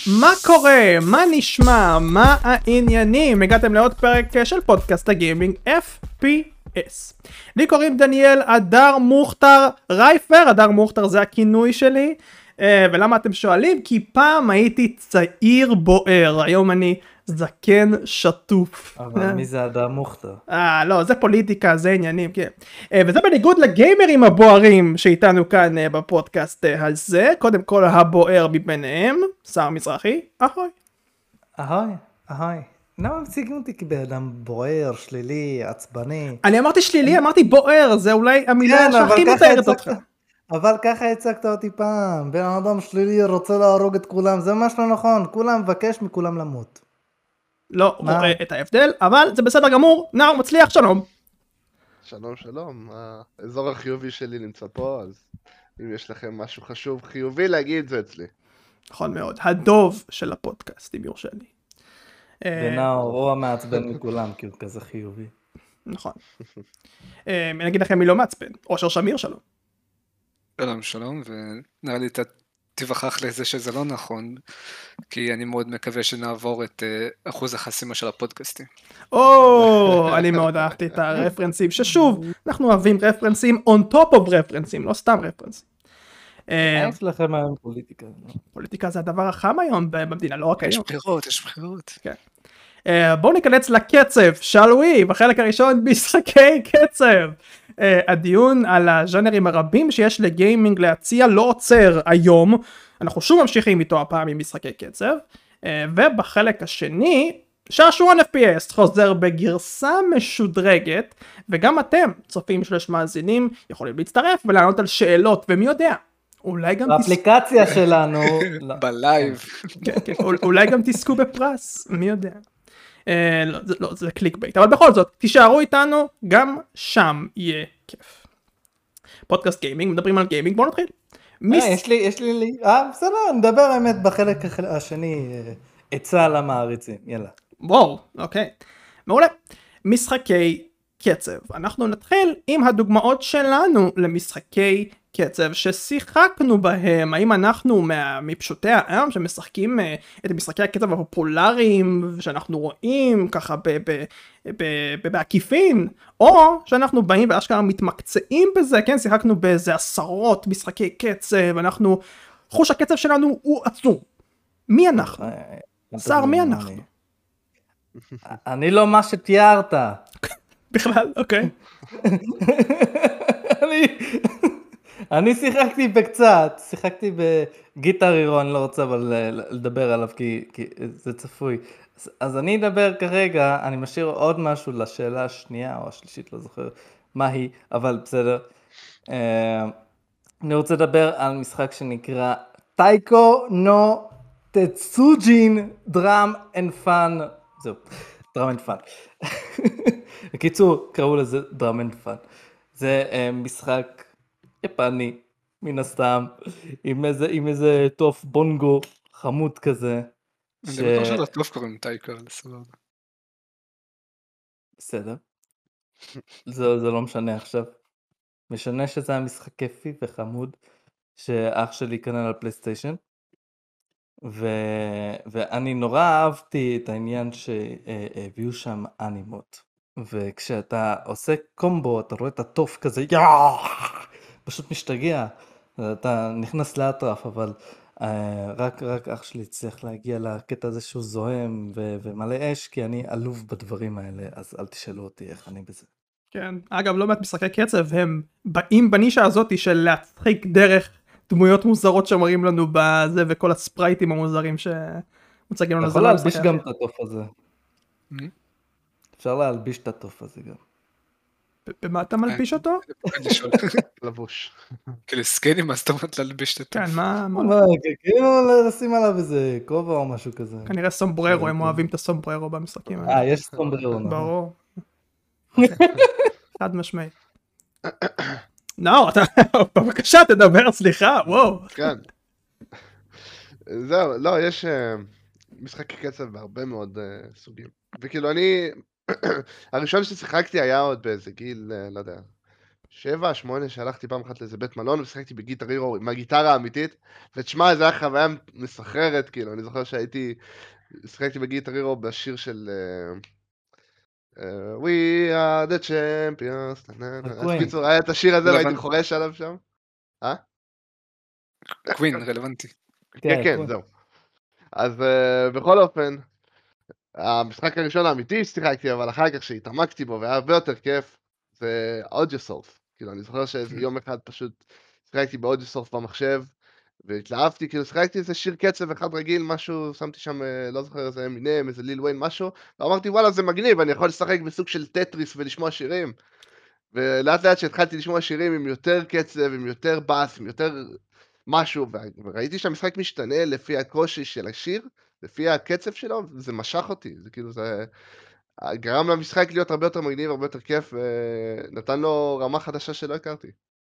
מה קורה? מה נשמע? מה העניינים? הגעתם לעוד פרק של פודקאסט הגיימינג FPS. לי קוראים דניאל אדר מוכתר רייפר, אדר מוכתר זה הכינוי שלי. ולמה אתם שואלים? כי פעם הייתי צעיר בוער, היום אני זקן שטוף. אבל מי זה אדר מוכתר? לא, זה פוליטיקה, זה עניינים, כן. וזה בניגוד לגיימרים הבוערים שאיתנו כאן בפודקאסט הזה. קודם כל הבוער מביניהם, שר מזרחי, אהוי. אהוי. למה מציגים אותי כבאדם בוער, שלילי, עצבני? אני אמרתי שלילי, אמרתי בוער, זה אולי המילה שהכי מתארת אותך. אבל ככה הצגת אותי פעם, בן אדם שלילי רוצה להרוג את כולם, זה ממש לא נכון, כולם מבקש מכולם למות. לא רואה את ההבדל, אבל זה בסדר גמור, נאור מצליח, שלום. שלום, האזור החיובי שלי נמצא פה, אז אם יש לכם משהו חשוב חיובי להגיד זה אצלי. נכון מאוד, הדוב של הפודקאסט, אם יורשה לי. ונאור הוא המעצבן מכולם, כי הוא כזה חיובי. נכון. אני אגיד לכם מי לא מעצבן, אושר שמיר, שלום. שלום, ונראה לי תיווכח לזה שזה לא נכון, כי אני מאוד מקווה שנעבור את אחוז החסימה של הפודקאסטים. אני מאוד אהבתי את הרפרנסים, ששוב, אנחנו אוהבים רפרנסים on top of רפרנסים, לא סתם רפרנסים. יש לכם היום פוליטיקה. פוליטיקה זה הדבר החם היום במדינה, לא רק היום. יש בחירות. בואו ניכנס לקצב, שלוי, בחלק הראשון משחקי קצב. הדיון על הז'אנרים הרבים שיש לגיימינג להציע לא עוצר היום, אנחנו שוב ממשיכים איתו הפעם עם משחקי קצב, ובחלק השני, שעשועון FPS חוזר בגרסה משודרגת, וגם אתם, צופים שלוש מאזינים, יכולים להצטרף ולענות על שאלות, ומי יודע, אולי גם באפליקציה שלנו, בלייב, אולי גם תזכו בפרס, מי יודע. לא, זה קליק בייט, אבל בכל זאת, תישארו איתנו, גם שם יהיה כיף. פודקאסט גיימינג, מדברים על גיימינג, בואו נתחיל. בסדר, נדבר האמת בחלק השני, עצה למעריצים, יאללה. וואו, אוקיי, מעולה. משחקי קצב, אנחנו נתחיל עם הדוגמאות שלנו למשחקי קצב ששיחקנו בהם, האם אנחנו מפשוטי העם שמשחקים את משחקי הקצב הפופולריים שאנחנו רואים ככה בעקיפין, או שאנחנו באים ואשכרה מתמקצעים בזה, כן, שיחקנו באיזה עשרות משחקי קצב, חוש הקצב שלנו הוא עצום. מי אנחנו? שר, מי אנחנו? אני לא מה שתיארת. בכלל, אוקיי. אני שיחקתי בקצת, שיחקתי בגיטר הירו, אני לא רוצה אבל לדבר עליו כי זה צפוי. אז אני אדבר כרגע, אני משאיר עוד משהו לשאלה השנייה או השלישית, לא זוכר מה היא, אבל בסדר. אני רוצה לדבר על משחק שנקרא טייקו נו טצוג'ין דראם אנד פאן, זהו, דראם אנד פאן. בקיצור, קראו לזה דראם אנד פאן. זה משחק יפני, מן הסתם, עם איזה טוף בונגו חמוד כזה. אני בטוח שלטוף קוראים טייקו, לסבבה. בסדר. זה לא משנה עכשיו. משנה שזה היה משחק כיפי וחמוד, שאח שלי קנה על פלייסטיישן. ואני נורא אהבתי את העניין שהביאו שם אנימות. וכשאתה עושה קומבו, אתה רואה את הטוף כזה, פשוט משתגע, אתה נכנס לאטרף, אבל רק אח שלי צריך להגיע לקטע הזה שהוא זוהם ומלא אש, כי אני אלוף בדברים האלה, אז אל תשאלו אותי איך אני בזה. כן, אגב, לא מעט משחקי קצב, הם באים בנישה הזאת של להצחיק דרך דמויות מוזרות שמראים לנו בזה, וכל הספרייטים המוזרים שמוצגים לנו. אתה יכול להלביש גם את הטוף הזה. אפשר להלביש את הטוף הזה גם. במה אתה מלביש אותו? לבוש. כאילו סקנים, אז אתה אומרת להלביש את הטוף. כן, מה? כאילו לשים עליו איזה כובע או משהו כזה. כנראה סומבררו, הם אוהבים את הסומבררו במשחקים. יש סומבררו. ברור. חד משמעי. נאור, בבקשה תדבר, סליחה, וואו. כן. זהו, לא, יש משחקי קצב בהרבה מאוד סוגים. וכאילו הראשון ששיחקתי היה עוד באיזה גיל, לא יודע, 7, 8, שהלכתי פעם אחת לאיזה בית מלון, ושיחקתי בגיטר הירו עם הגיטרה האמיתית, ותשמע, זה היה חוויה מסחררת, כאילו, אני זוכר שיחקתי בגיטר הירו בשיר של We are the champions, אז קיצור, היה את השיר הזה, והייתי חורש עליו שם. קווין, רלוונטי. כן, זהו. אז בכל אופן, המשחק הראשון האמיתי ששיחקתי, אבל אחר כך שהתעמקתי בו, והיה הרבה יותר כיף, זה אודיוסורף. כאילו, אני זוכר שיום אחד פשוט שיחקתי באודיוסורף במחשב, והתלהבתי, כאילו, שיחקתי איזה שיר קצב אחד רגיל, משהו, שמתי שם, לא זוכר איזה אמינם, איזה ליל וויין, משהו, ואמרתי, וואלה, זה מגניב, אני יכול לשחק בסוג של טטריס ולשמוע שירים. ולאט לאט שהתחלתי לשמוע שירים עם יותר קצב, עם יותר בס, עם יותר משהו, וראיתי שהמשחק משתנה לפי הקושי של השיר, לפי הקצב שלו, זה משך אותי, זה כאילו, זה גרם למשחק להיות הרבה יותר מגניב, הרבה יותר כיף, ונתן לו רמה חדשה שלא הכרתי.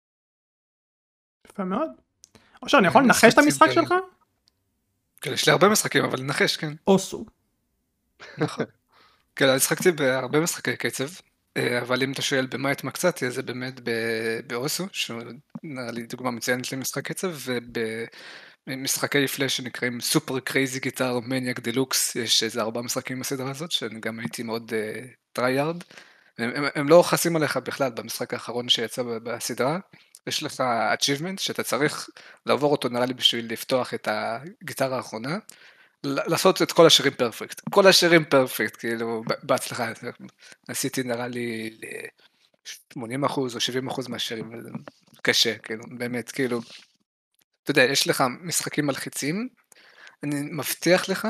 יפה מאוד. אושר, אני יכול לנחש את המשחק שלך? כן, יש לי הרבה משחקים, אבל לנחש, כן. אוסו. נכון. כן, אני שחקתי בהרבה משחקי קצב, אבל אם אתה שואל במה התמקצעתי, זה באמת באוסו, שנראה לי דוגמה מצוינת למשחק קצב, ובמשחקי פלאש שנקראים סופר קרייזי גיטר מניאק דלוקס, יש איזה 4 משחקים בסדרה הזאת, שאני גם הייתי מאוד טרייארד, הם לא חסים עליך בכלל במשחק האחרון שיצא בסדרה, יש לך achievement שאתה צריך לעבור אותו נראה לי בשביל לפתוח את הגיטרה האחרונה, לעשות את כל השירים פרפקט, כל השירים פרפקט, כאילו, בהצלחה, עשיתי נראה לי 80% או 70% מהשירים, קשה, כאילו, באמת, כאילו, אתה יודע, יש לך משחקים מלחיצים, אני מבטיח לך,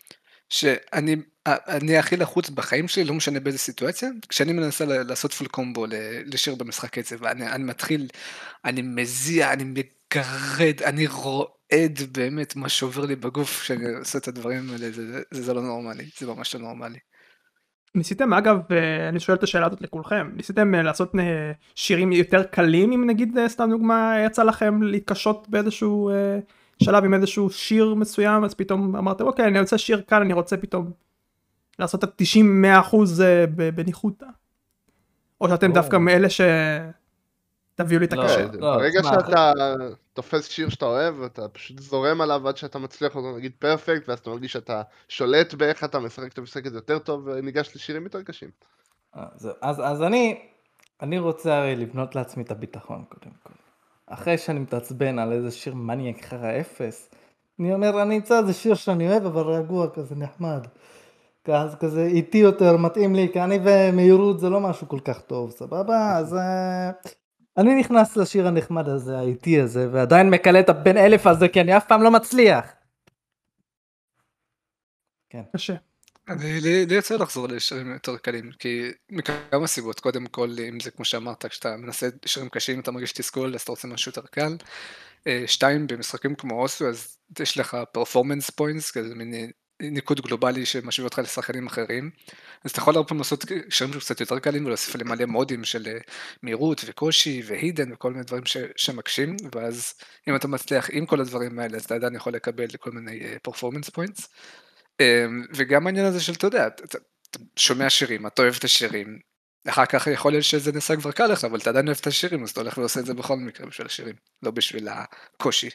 שאני הכי לחוץ בחיים שלי, לא משנה באיזה סיטואציה, כשאני מנסה לעשות פול קומבו לשיר במשחק קצב, אני מתחיל, אני מזיע, אני מגרד, אני רועד באמת מה שעובר לי בגוף כשאני עושה את הדברים האלה, זה לא נורמלי, זה ממש לא נורמלי. ניסיתם, אגב, אני שואל את השאלה הזאת לכולכם, ניסיתם לעשות שירים יותר קלים, אם נגיד, סתם דוגמה, יצא לכם להתקשות באיזשהו שלב עם איזשהו שיר מסוים, אז פתאום אמרתם, אוקיי, אני רוצה שיר קל, אני רוצה פתאום לעשות את 90-100% בניחותא. או שאתם דווקא מאלה שתביאו לי את הקשה. ברגע שאתה תופס שיר שאתה אוהב, אתה פשוט זורם עליו עד שאתה מצליח אותו, נגיד פרפקט, ואז אתה מרגיש שאתה שולט באיך אתה משחק את המשחק הזה יותר טוב, וניגש לשירים יותר קשים. אז אני רוצה הרי לבנות לעצמי את הביטחון קודם כל. אחרי שאני מתעצבן על איזה שיר מניאק חרא אפס, אני אומר, אני אמצא איזה שיר שאני אוהב, אבל רגוע כזה נחמד. כזה איטי יותר, מתאים לי, כי אני ומהירות זה לא משהו כל כך טוב, סבבה? אז אני נכנס לשיר הנחמד הזה, האיטי הזה, ועדיין מקלה את הבן 1000 הזה, כי אני אף פעם לא מצליח. כן. קשה. לי יוצא לחזור לשירים יותר קלים, כי מכמה סיבות, קודם כל, אם זה כמו שאמרת, כשאתה מנסה שירים קשים, אתה מרגיש תסכול, אז אתה רוצה משהו יותר קל. 2, במשחקים כמו אוסו, אז יש לך performance points, כזה מין ניקוד גלובלי שמשווה אותך לשחקנים אחרים, אז אתה יכול הרבה פעמים לעשות שירים שקצת יותר קלים, ולהוסיף עליהם מלא מודים של מהירות וקושי והידן וכל מיני דברים שמקשים, ואז אם אתה מצליח עם כל הדברים האלה, אז אתה עדיין יכול לקבל כל מיני performance points. וגם העניין הזה של, אתה יודע, אתה שומע שירים, אתה אוהב את השירים, אחר כך יכול להיות שזה נעשה כבר קל לך, אבל אתה עדיין אוהב את השירים, אז אתה הולך ועושה את זה בכל מקרה בשביל השירים, לא בשביל הקושי.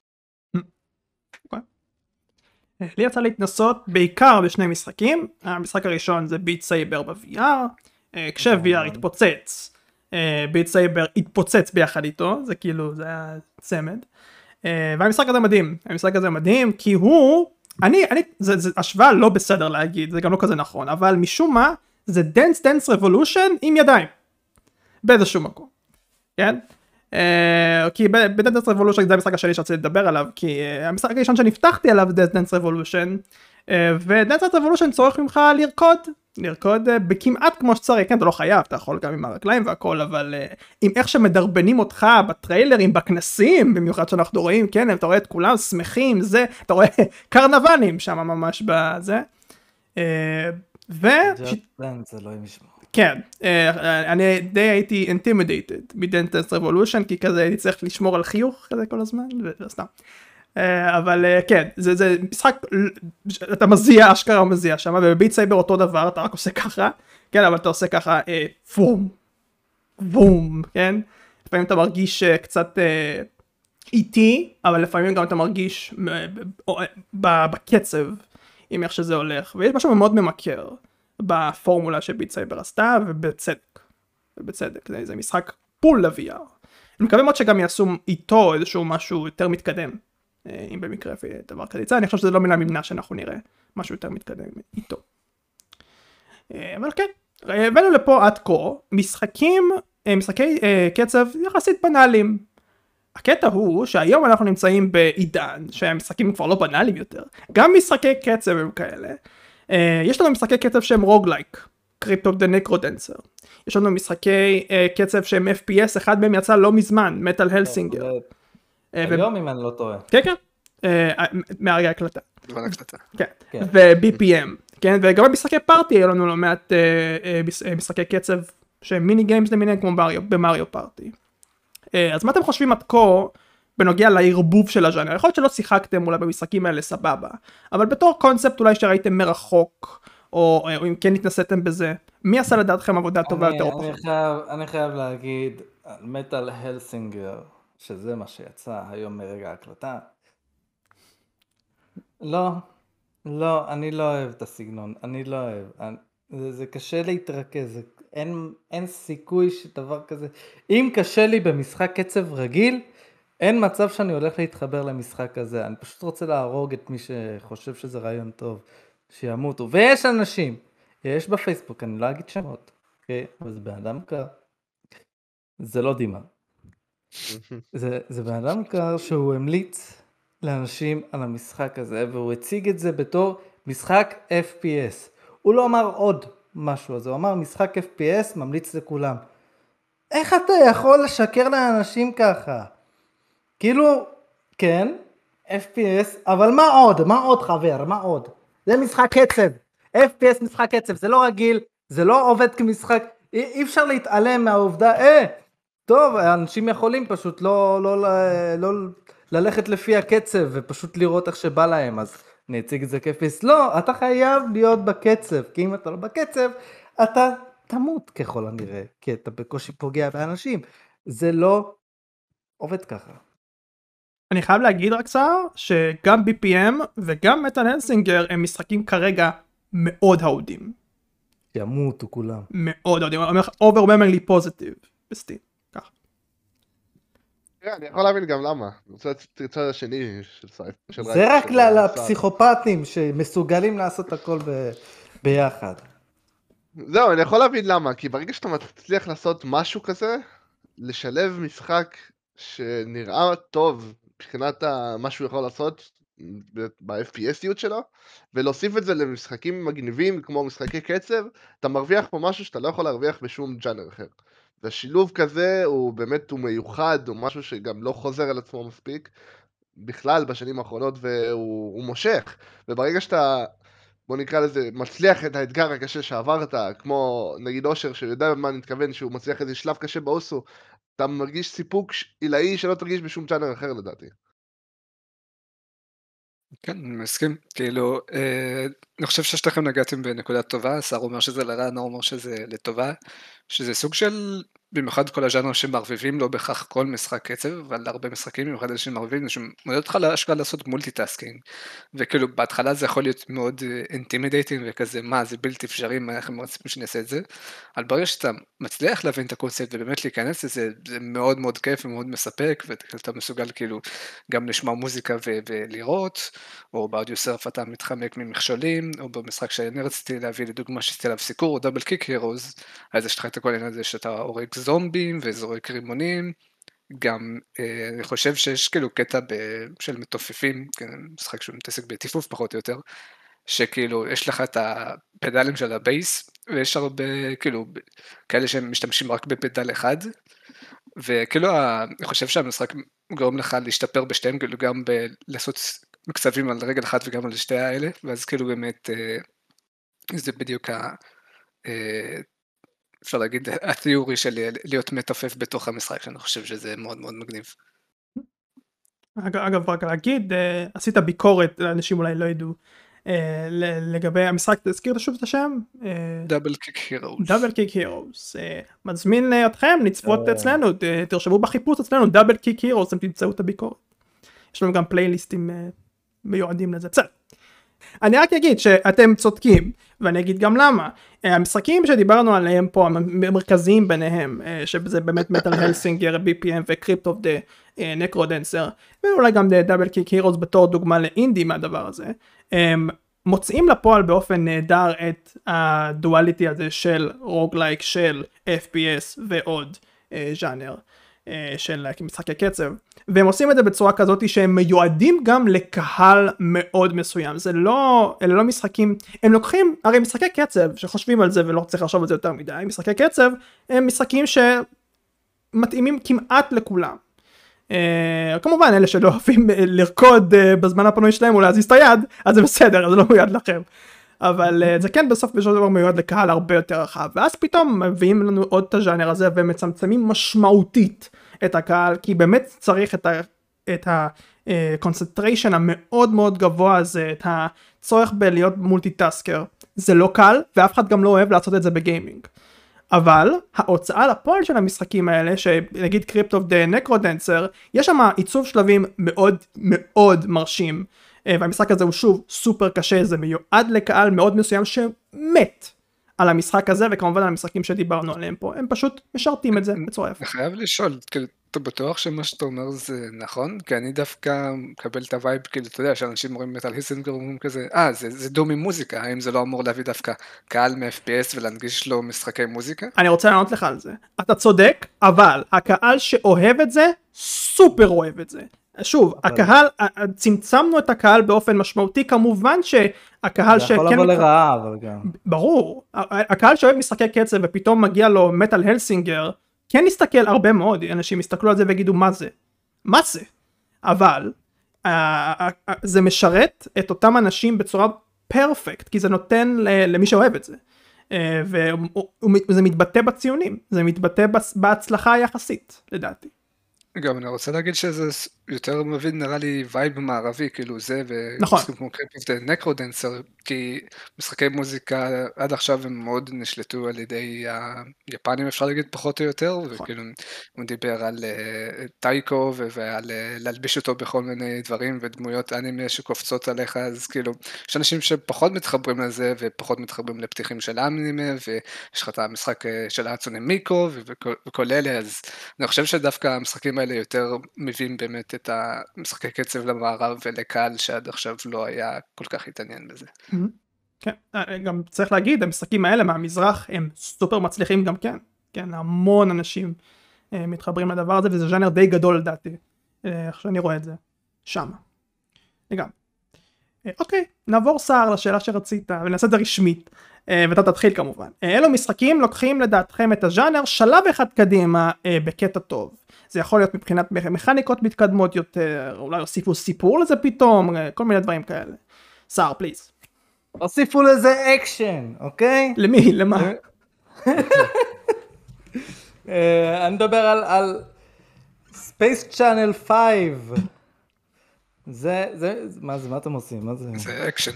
לי יצא להתנסות בעיקר בשני משחקים, המשחק הראשון זה ביט סייבר ב-VR, כש-VR התפוצץ, ביט סייבר התפוצץ ביחד איתו, זה כאילו, זה היה צמד, והמשחק הזה מדהים, המשחק הזה מדהים, כי הוא, זה השוואה לא בסדר להגיד, זה גם לא כזה נכון, אבל משום מה, זה Dance Dance Revolution עם ידיים, באיזשהו מקום, כן? כי ב-Dance Dance Revolution זה המשחק השני שרציתי לדבר עליו, כי המשחק הראשון שנפתחתי עליו זה Dance Dance Revolution, ו-Dance Dance Revolution צורך ממך לרקוד בכמעט כמו שצריך, כן, אתה לא חייב, אתה יכול גם עם הרגליים והכל, אבל עם איך שמדרבנים אותך בטריילרים, בכנסים, במיוחד שאנחנו רואים, כן, אתה רואה את כולם שמחים, זה, אתה רואה קרנבלים שם ממש בזה, זה לא ימשמע. כן, אני די הייתי intimidated מ-Dance Dance Revolution, כי כזה הייתי צריך לשמור על חיוך כזה כל הזמן, וסתם. אבל כן, זה משחק, אתה מזיע, אשכרה מזיע שם, ובביט סייבר אותו דבר, אתה רק עושה ככה, כן, אבל אתה עושה ככה, פום, בום, כן? לפעמים אתה מרגיש קצת איטי, אבל לפעמים גם אתה מרגיש בקצב עם איך שזה הולך, ויש משהו מאוד ממכר בפורמולה שביט סייבר עשתה, ובצדק, זה משחק פול ל-VR. אני מקווה מאוד שגם יעשו איתו איזשהו משהו יותר מתקדם, אם במקרה דבר כזה יצא, אני חושב שזה לא מן הממנע שאנחנו נראה משהו יותר מתקדם איתו. אבל כן, הבאנו לפה עד כה משחקי קצב יחסית בנאליים. הקטע הוא שהיום אנחנו נמצאים בעידן שהמשחקים כבר לא בנאליים יותר, גם משחקי קצב הם כאלה. יש לנו משחקי קצב שהם רוגלייק, קריפט אוף דה נקרודנסר. יש לנו משחקי קצב שהם FPS, אחד מהם יצא לא מזמן, מטל הלסינגר. היום אם אני לא טועה. כן, כן, מהרגע הקלטה. בזמן הקלטה. כן, ו-BPM, כן, וגם במשחקי פארטי היו לנו לא מעט משחקי קצב שהם מיני גיימס למיניהם כמו במריו פארטי. אז מה אתם חושבים עד כה בנוגע לערבוב של הז'אנר? יכול להיות שלא שיחקתם אולי במשחקים האלה סבבה, אבל בתור קונספט אולי שראיתם מרחוק, או אם כן התנסיתם בזה, מי עשה לדעתכם עבודה טובה יותר? אני חייב להגיד על מטל הלסינגר, שזה מה שיצא היום מרגע ההקלטה. לא, אני לא אוהב את הסגנון, אני לא אוהב. זה קשה להתרכז, אין סיכוי שדבר כזה. אם קשה לי במשחק קצב רגיל, אין מצב שאני הולך להתחבר למשחק הזה. אני פשוט רוצה להרוג את מי שחושב שזה רעיון טוב, שימותו. ויש אנשים, יש בפייסבוק, אני לא אגיד שמות, אוקיי? אבל זה באדם קר. זה לא דימה. זה באדם קר שהוא המליץ לאנשים על המשחק הזה, והוא הציג את זה בתור משחק FPS. הוא לא אמר עוד משהו, אז הוא אמר משחק FPS ממליץ לכולם. איך אתה יכול לשקר לאנשים ככה? כאילו, כן, FPS, אבל מה עוד? מה עוד חבר? מה עוד? זה משחק קצב. FPS משחק קצב, זה לא רגיל, זה לא עובד כמשחק, אי אפשר להתעלם מהעובדה, טוב, אנשים יכולים פשוט לא ללכת לפי הקצב ופשוט לראות איך שבא להם, אז אני אציג את זה כפס. לא, אתה חייב להיות בקצב, כי אם אתה לא בקצב, אתה תמות ככל הנראה, כי אתה בקושי פוגע באנשים. זה לא עובד ככה. אני חייב להגיד רק סער, שגם BPM וגם מטל הלסינגר הם משחקים כרגע מאוד אהודים. ימותו כולם. מאוד אהודים, overwhelmingly positive בסטים. אני יכול להבין גם למה. אני רוצה את הצד השני של סייף. זה רק לפסיכופטים שמסוגלים לעשות הכל ביחד. זהו, אני יכול להבין למה, כי ברגע שאתה מצליח לעשות משהו כזה, לשלב משחק שנראה טוב מבחינת מה שהוא יכול לעשות ב-FPSיות שלו, ולהוסיף את זה למשחקים מגניבים כמו משחקי קצב, אתה מרוויח פה משהו שאתה לא יכול להרוויח בשום ג'אנר אחר. והשילוב כזה הוא באמת, הוא מיוחד, הוא משהו שגם לא חוזר על עצמו מספיק, בכלל בשנים האחרונות, והוא מושך. וברגע שאתה, בוא נקרא לזה, מצליח את האתגר הקשה שעברת, כמו נגיד אושר, שיודע מה אני מתכוון, שהוא מצליח איזה שלב קשה באוסו, אתה מרגיש סיפוק עילאי שלא תרגיש בשום ג'אנר אחר לדעתי. כן, אני מסכים, כאילו, אני חושב ששתיכם נגעתם בנקודה טובה, שר אומר שזה לרע, נור אומר שזה לטובה, שזה סוג של, במיוחד כל הז'אנר שמערבבים, לא בהכרח כל משחק קצב, אבל הרבה משחקים, במיוחד אלה שמערבבים, שמודד אותך להשקעה לעשות מולטיטאסקינג, וכאילו בהתחלה זה יכול להיות מאוד אינטימידייטינג וכזה, מה, זה בלתי אפשרי, מה, איך הם מצפים שאני אעשה את זה, אבל ברגע שאתה מצליח להבין את הקונספט ובאמת להיכנס לזה, זה מאוד מאוד כיף ומאוד מספק, ואתה מסוגל כאילו גם לשמוע מוזיקה ולראות, או באודיו סרף אתה מתחמק ממכשולים, או במשחק שאני רציתי להביא לדוגמה שעשיתי עליו סיקור, דאבל קיק הירוס, אז יש לך את הכל העניין הזה שאתה הורג זומבים וזורק רימונים, גם אני חושב שיש כאילו קטע של מתופפים, משחק שהוא מתעסק בטיפוף פחות או יותר, שכאילו יש לך את הפדלים של הבייס, ויש הרבה כאילו כאלה שהם משתמשים רק בפדל אחד, וכאילו אני חושב שהמשחק גורם לך להשתפר בשתיהם, כאילו גם לעשות מקצבים על רגל אחת וגם על שתי האלה, ואז כאילו באמת זה בדיוק אפשר להגיד התיאורי של להיות מתופף בתוך המשחק, שאני חושב שזה מאוד מאוד מגניב. אגב, רק להגיד, עשית ביקורת, אנשים אולי לא ידעו, לגבי המשחק, תזכיר שוב את השם? דאבל קיק הירוס. דאבל קיק הירוס. מזמין אתכם לצפות אצלנו, תרשמו בחיפוש אצלנו דאבל קיק הירוס, אתם תמצאו את הביקורת. יש לנו גם פלייליסטים מיועדים לזה. בסדר. אני רק אגיד שאתם צודקים, ואני אגיד גם למה. המשחקים שדיברנו עליהם פה, המרכזיים ביניהם, שזה באמת מטל הלסינגר, BPM וקריפט אוף דה נקרודנסר, ואולי גם דאבל קיק הירוס בתור דוגמה לאינדי מהדבר הזה, מוצאים לפועל באופן נהדר את הדואליטי הזה של רוגלייק, של FPS ועוד ז'אנר של משחקי קצב, והם עושים את זה בצורה כזאת שהם מיועדים גם לקהל מאוד מסוים. זה לא, אלה לא משחקים, הם לוקחים, הרי משחקי קצב שחושבים על זה ולא צריך לחשוב על זה יותר מדי, משחקי קצב הם משחקים שמתאימים כמעט לכולם. כמובן אלה שלא אוהבים לרקוד בזמן הפנוי שלהם או להזיז את היד, אז זה בסדר, זה לא מיועד לכם. אבל זה כן בסוף בשביל דבר מיועד לקהל הרבה יותר רחב, ואז פתאום מביאים לנו עוד את הז'אנר הזה ומצמצמים משמעותית את הקהל, כי באמת צריך את הקונצנטריישן המאוד מאוד גבוה הזה, את הצורך בלהיות מולטיטאסקר. זה לא קל, ואף אחד גם לא אוהב לעשות את זה בגיימינג. אבל ההוצאה לפועל של המשחקים האלה, שנגיד קריפט אוף דה נקרודנסר, יש שם עיצוב שלבים מאוד מאוד מרשים, והמשחק הזה הוא שוב סופר קשה, זה מיועד לקהל מאוד מסוים שמת על המשחק הזה, וכמובן על המשחקים שדיברנו עליהם פה, הם פשוט משרתים את זה בצורה יפה. אני חייב לשאול, אתה בטוח שמה שאתה אומר זה נכון? כי אני דווקא מקבל את הווייב, כאילו, אתה יודע, שאנשים אומרים מטל הלסינגר, אומרים כזה, זה דו ממוזיקה, האם זה לא אמור להביא דווקא קהל מ-FPS ולהנגיש לו משחקי מוזיקה? אני רוצה לענות לך על זה. אתה צודק, אבל הקהל שאוהב את זה, סופר אוהב את זה. שוב, הקהל, צמצמנו את הקהל באופן משמעותי, כמובן שהקהל זה יכול לבוא לרעה, אבל גם. ברור, הקהל שאוהב משחקי קצב ופתאום מגיע לו מטל הלסינגר, כן נסתכל הרבה מאוד, אנשים יסתכלו על זה ויגידו מה זה? מה זה? אבל זה משרת את אותם אנשים בצורה פרפקט, כי זה נותן למי שאוהב את זה. וזה מתבטא בציונים, זה מתבטא בהצלחה היחסית, לדעתי. גם אני רוצה להגיד שזה יותר מבין, נראה לי וייב מערבי, כאילו זה, נכון. ומשחקים כמו קריפט אוף דה נקרודנסר, כי משחקי מוזיקה עד עכשיו הם מאוד נשלטו על ידי היפנים, אפשר להגיד פחות או יותר, וכאילו הוא דיבר על טייקו, ועל להלביש אותו בכל מיני דברים, ודמויות אנימה שקופצות עליך, אז כאילו, יש אנשים שפחות מתחברים לזה, ופחות מתחברים לפתיחים של אנימה, ויש לך את המשחק של האצונה מיקו, וכל אלה, אז אני חושב שדווקא המשחקים האלה יותר מביאים באמת את המשחקי קצב למערב ולקהל שעד עכשיו לא היה כל כך התעניין בזה. כן, גם צריך להגיד, המשחקים האלה מהמזרח הם סופר מצליחים גם כן. כן, המון אנשים מתחברים לדבר הזה, וזה ז'אנר די גדול לדעתי. איך שאני רואה את זה. שם. גם. אוקיי, נעבור סער לשאלה שרצית, ונעשה את זה רשמית, ואתה תתחיל כמובן. אלו משחקים לוקחים לדעתכם את הז'אנר שלב אחד קדימה בקטע טוב. זה יכול להיות מבחינת מכניקות מתקדמות יותר, אולי הוסיפו סיפור לזה פתאום, כל מיני דברים כאלה. סער, פליז. הוסיפו לזה אקשן, אוקיי? למי? למה? אני מדבר על Space Channel 5. מה אתם עושים? מה זה? זה אקשן.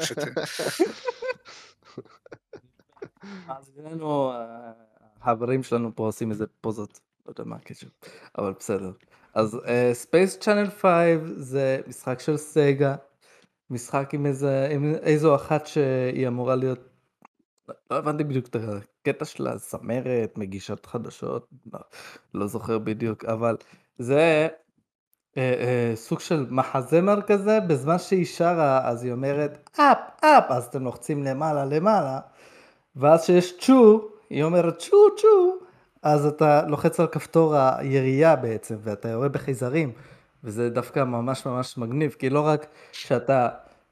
אז לנו, החברים שלנו פה עושים איזה פוזות, לא יודע מה הקשר, אבל בסדר. אז Space Channel 5 זה משחק של סגה, משחק עם איזו אחת שהיא אמורה להיות, לא הבנתי בדיוק את הקטע שלה, סמרת, מגישת חדשות, לא זוכר בדיוק, אבל זה סוג של מחזמר כזה, בזמן שהיא שרה, אז היא אומרת אפ, אפ, אז אתם לוחצים למעלה, למעלה, ואז שיש צ'ו, היא אומרת צ'ו, צ'ו, אז אתה לוחץ על כפתור הירייה בעצם, ואתה יורה בחייזרים, וזה דווקא ממש ממש מגניב, כי לא רק שאתה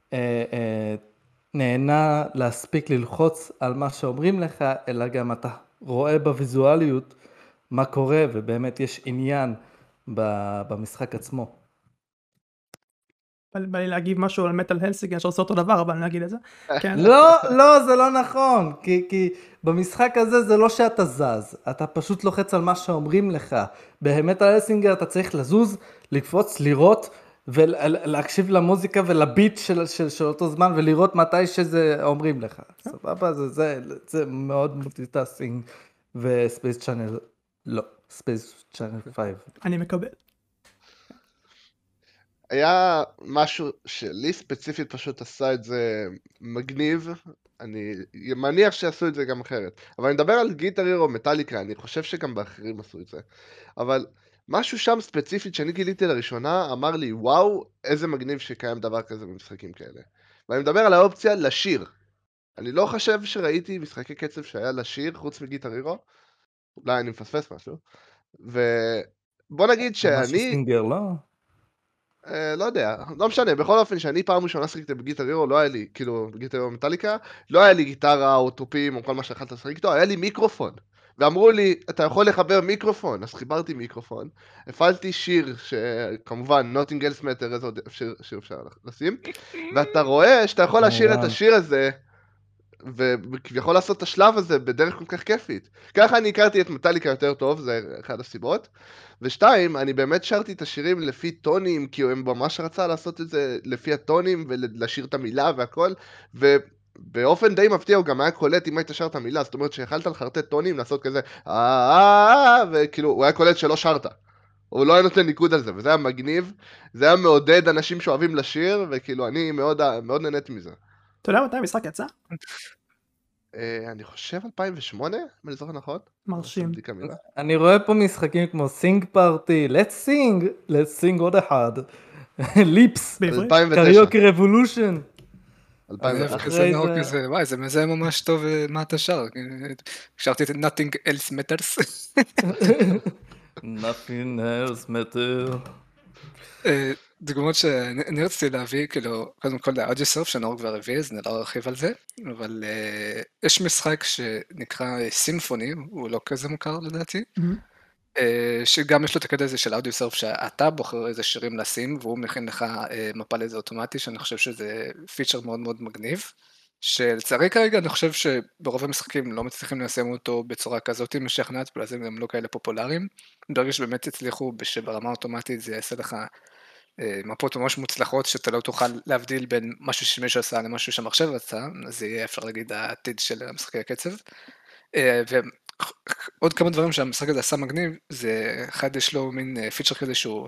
נהנה להספיק ללחוץ על מה שאומרים לך, אלא גם אתה רואה בוויזואליות מה קורה, ובאמת יש עניין במשחק עצמו. בא לי להגיב משהו על מטל הלסינגר שעושה אותו דבר, אבל אני אגיד את זה. לא, זה לא נכון, כי במשחק הזה זה לא שאתה זז, אתה פשוט לוחץ על מה שאומרים לך. במטל הלסינגר אתה צריך לזוז, לקפוץ, לראות, ולהקשיב למוזיקה ולביט של אותו זמן, ולראות מתי שזה אומרים לך. סבבה, זה מאוד מולטיטאסקינג, וספייס צ'אנל, לא, ספייס צ'אנל 5. אני מקבל. היה משהו שלי ספציפית פשוט עשה את זה מגניב, אני מניח שעשו את זה גם אחרת, אבל אני מדבר על גיטר הירו מטאליקה, אני חושב שגם באחרים עשו את זה, אבל משהו שם ספציפית שאני גיליתי לראשונה אמר לי וואו איזה מגניב שקיים דבר כזה במשחקים כאלה, ואני מדבר על האופציה לשיר. אני לא חושב שראיתי משחקי קצב שהיה לשיר חוץ מגיטר הירו, אולי אני מפספס משהו, ובוא נגיד משהו שאני סינגר, לא? לא יודע, לא משנה, בכל אופן שאני פעם ראשונה שיחקתי בגיטר הירו, לא היה לי, כאילו, בגיטר הירו מטאליקה, לא היה לי גיטרה או תופים או כל מה שיכולת לשחק איתו, היה לי מיקרופון. ואמרו לי, אתה יכול לחבר מיקרופון, אז חיברתי מיקרופון, הפעלתי שיר, שכמובן, Nothing else matter, איזה עוד שיר אפשר לשים, ואתה רואה שאתה יכול לשיר את השיר הזה, וכביכול לעשות את השלב הזה בדרך כל כך כיפית. ככה אני הכרתי את מטאליקה יותר טוב, זה אחד הסיבות. ושתיים, אני באמת שרתי את השירים לפי טונים, כי הם ממש רצה לעשות את זה לפי הטונים, ולשיר את המילה והכל, ובאופן די מפתיע הוא גם היה קולט אם היית שר את המילה, זאת אומרת שיכלת לחרטט טונים, לעשות כזה, וכאילו, הוא היה קולט שלא שרת. הוא לא היה נותן ניקוד על זה, וזה היה מגניב, זה היה מעודד אנשים שאוהבים לשיר, וכאילו, אני מאוד נהניתי מזה. אתה יודע מתי המשחק יצא? אני חושב 2008, אם אני זוכר נכון. מרשים. אני רואה פה משחקים כמו סינג פארטי, let's sing עוד אחד, ליפס, בעברית? קריוקי רבולושן. וואי, זה מזהה ממש טוב מה אתה שר. שרתי את Nothing else matters. Nothing else matter. דוגמאות שאני רציתי להביא, כאילו, קודם כל לאודיוסרף, שנאור כבר הביא, אז אני לא ארחיב על זה, אבל יש משחק שנקרא סימפוני, הוא לא כזה מוכר לדעתי, שגם יש לו את הקטע הזה של אודיוסרף, שאתה בוחר איזה שירים לשים, והוא מכין לך מפה לזה אוטומטי, שאני חושב שזה פיצ'ר מאוד מאוד מגניב, שלצערי כרגע אני חושב שברוב המשחקים לא מצליחים ליישם אותו בצורה כזאת משכנעת, בגלל זה הם לא כאלה פופולריים, ברגע שבאמת הצליחו שברמה אוטומטית זה יעשה לך מפות ממש מוצלחות, שאתה לא תוכל להבדיל בין משהו שמישהו עשה למשהו שהמחשב עשה, אז זה יהיה אפשר להגיד העתיד של משחקי הקצב. ועוד כמה דברים שהמשחק הזה עשה מגניב, זה אחד יש לו מין פיצ'ר כזה שהוא,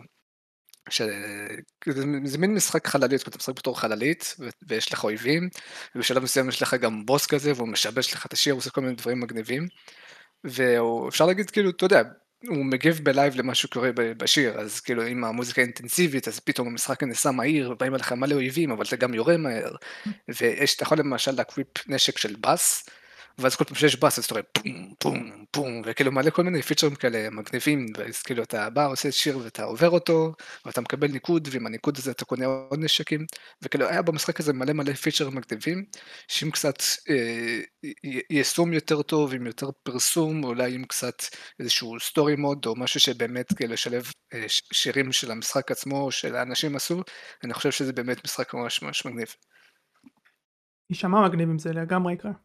זה מין משחק חללית, אתה משחק בתור חללית, ויש לך אויבים, ובשלב מסוים יש לך גם בוס כזה, והוא משבש לך את השיר, הוא עושה כל מיני דברים מגניבים, ואפשר להגיד כאילו, אתה יודע, הוא מגיב בלייב למה שקורה בשיר, אז כאילו אם המוזיקה אינטנסיבית, אז פתאום המשחק נעשה מהיר, באים עליך מלא אויבים, אבל אתה גם יורה מהר, ואתה יכול למשל להקוויפ נשק של בס, ואז כל פעם שיש בס, אז אתה רואה פום, פום, פום, וכאילו מלא כל מיני פיצ'רים כאלה מגניבים, ואז כאילו אתה בא, עושה שיר ואתה עובר אותו, ואתה מקבל ניקוד, ועם הניקוד הזה אתה קונה עוד נשקים, וכאילו היה במשחק הזה מלא מלא פיצ'רים מגניבים, שעם קצת יישום יותר טוב, עם יותר פרסום, אולי עם קצת איזשהו סטורי מוד, או משהו שבאמת כאילו לשלב שירים של המשחק עצמו, של האנשים עשו, אני חושב שזה באמת משחק ממש ממש מגניב. יישמע מגניב עם זה לגמרי יקרה.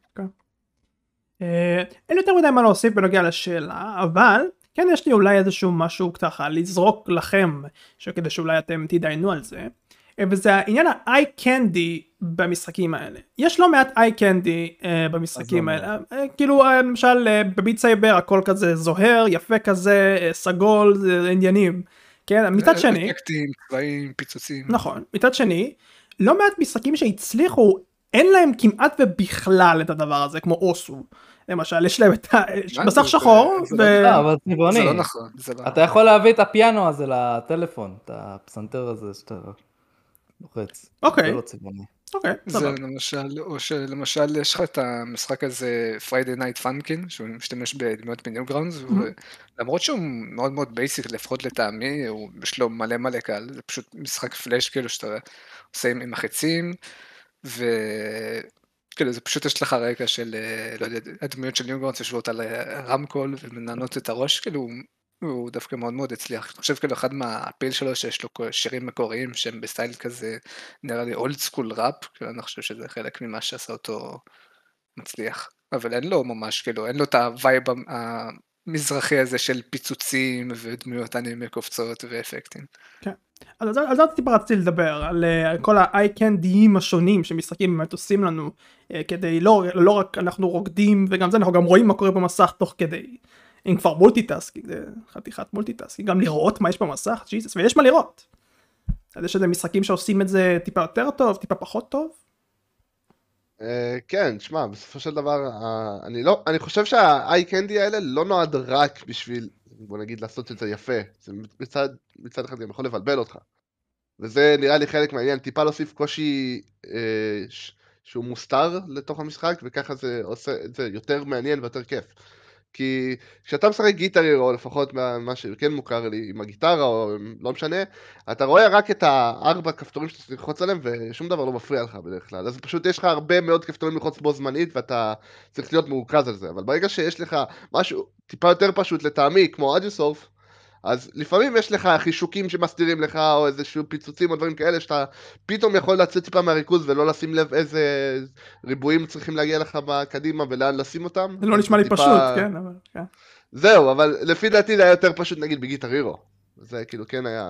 אין יותר מדי מה להוסיף בנוגע לשאלה, אבל כן יש לי אולי איזשהו משהו ככה לזרוק לכם, שכדי שאולי אתם תדיינו על זה, וזה העניין ה-eye candy במשחקים האלה. יש לא מעט eye candy במשחקים האלה, כאילו למשל בביט סייבר הכל כזה זוהר, יפה כזה, סגול, עניינים, כן, מצד שני, אפקטים, צבעים, פיצוצים. נכון, מצד שני, לא מעט משחקים שהצליחו, אין להם כמעט ובכלל את הדבר הזה, כמו אוסו. למשל, יש להם את מסך שחור. אבל צבעוני. זה לא נכון. אתה יכול להביא את הפיאנו הזה לטלפון, את הפסנתר הזה שאתה לוחץ. אוקיי. זה לא צבעוני. אוקיי, זה למשל, או שלמשל יש לך את המשחק הזה, Friday Night Funkin', שהוא משתמש בדמויות בניוגראונדס, למרות שהוא מאוד מאוד בייסיק, לפחות לטעמי, יש לו מלא מלא קל, זה פשוט משחק פלאש כאילו שאתה עושה עם החצים, וכאילו זה פשוט יש לך רקע של, לא יודע, הדמויות של ניוגראונדס יושבות על רמקול ומנענות את הראש, כאילו הוא דווקא מאוד מאוד הצליח. אני חושב כאילו אחד מהפיל שלו שיש לו שירים מקוריים שהם בסטייל כזה, נראה לי אולד סקול ראפ, כאילו אני חושב שזה חלק ממה שעשה אותו מצליח, אבל אין לו ממש, כאילו אין לו את הווייב המזרחי הזה של פיצוצים ודמויות אנימה קופצות ואפקטים. כן, אז על זה טיפה רציתי לדבר, על כל ה-eye-candy'ים השונים שמשחקים באמת עושים לנו, כדי לא רק אנחנו רוקדים, וגם זה אנחנו גם רואים מה קורה במסך תוך כדי. אם כבר מולטיטאסקינג, זה חתיכת מולטיטאסקינג, גם לראות מה יש במסך, ג'יזוס, ויש מה לראות. אז יש איזה משחקים שעושים את זה טיפה יותר טוב, טיפה פחות טוב. כן, שמע, בסופו של דבר, אני חושב שה-eye candy האלה לא נועד רק בשביל, בוא נגיד, לעשות את זה יפה. זה מצד אחד גם יכול לבלבל אותך. וזה נראה לי חלק מהעניין, טיפה להוסיף קושי שהוא מוסתר לתוך המשחק, וככה זה עושה את זה יותר מעניין ויותר כיף. כי כשאתה משחק גיטר הירו, לפחות מה שכן מוכר לי עם הגיטרה, או לא משנה, אתה רואה רק את הארבע כפתורים שאתה צריך ללחוץ עליהם, ושום דבר לא מפריע לך בדרך כלל. אז פשוט יש לך הרבה מאוד כפתורים ללחוץ בו זמנית, ואתה צריך להיות מורכז על זה. אבל ברגע שיש לך משהו טיפה יותר פשוט לטעמי, כמו אדיסורף, אז לפעמים יש לך חישוקים שמסתירים לך, או איזשהו פיצוצים או דברים כאלה, שאתה פתאום יכול לצאת טיפה מהריכוז, ולא לשים לב איזה ריבועים צריכים להגיע לך קדימה, ולאן לשים אותם. זה לא נשמע לי טיפה... פשוט, כן, אבל כן. זהו, אבל לפי דעתי זה היה יותר פשוט נגיד בגיטר הירו. זה כאילו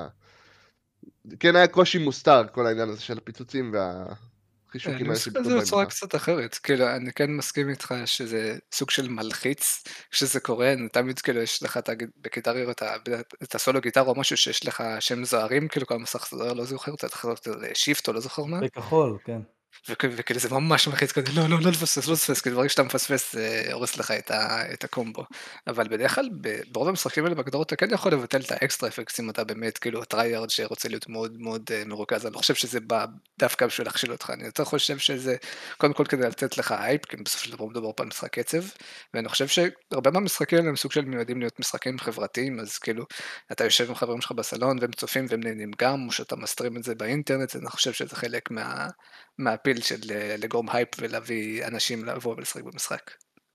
כן היה קושי מוסתר, כל העניין הזה של הפיצוצים והחישוקים אני האלה מסתכל על שפתאום זה באים בצורה לך. קצת אחרת, כאילו אני כן מסכים איתך שזה סוג של מלחיץ כשזה קורה, תמיד כאילו יש לך בגיטר הירו את הסולו גיטר או משהו שיש לך שם זוהרים, כאילו כל המסך זוהר לא זוכר, אתה צריך לעשות שיפט או לא זוכר מה, בכחול, כן. וכאילו זה ממש מלחיץ כזה, לא לפספס, לא לפספס, כאילו דברים שאתה מפספס זה הורס לך את הקומבו. אבל בדרך כלל ברוב המשחקים האלה בהגדרות אתה כן יכול לבטל את האקסטרה אפקטס אם אתה באמת כאילו טרייארד שרוצה להיות מאוד מאוד מרוכז. אני לא חושב שזה בא דווקא בשביל להכשיל אותך, אני יותר חושב שזה קודם כל כדי לתת לך הייפ, כי בסופו של דבר מדובר פה על משחק קצב, ואני חושב שהרבה מהמשחקים האלה הם סוג של מיועדים להיות משחקים חברתיים, אז כאילו אתה יושב עם חברים שלך בסלון והם צופים והם נהנים גם, או שאתה מסטרים את זה באינטרנט, אני חושב שזה חלק מהפיל של לגרום הייפ ולהביא אנשים לבוא ולשחק במשחק.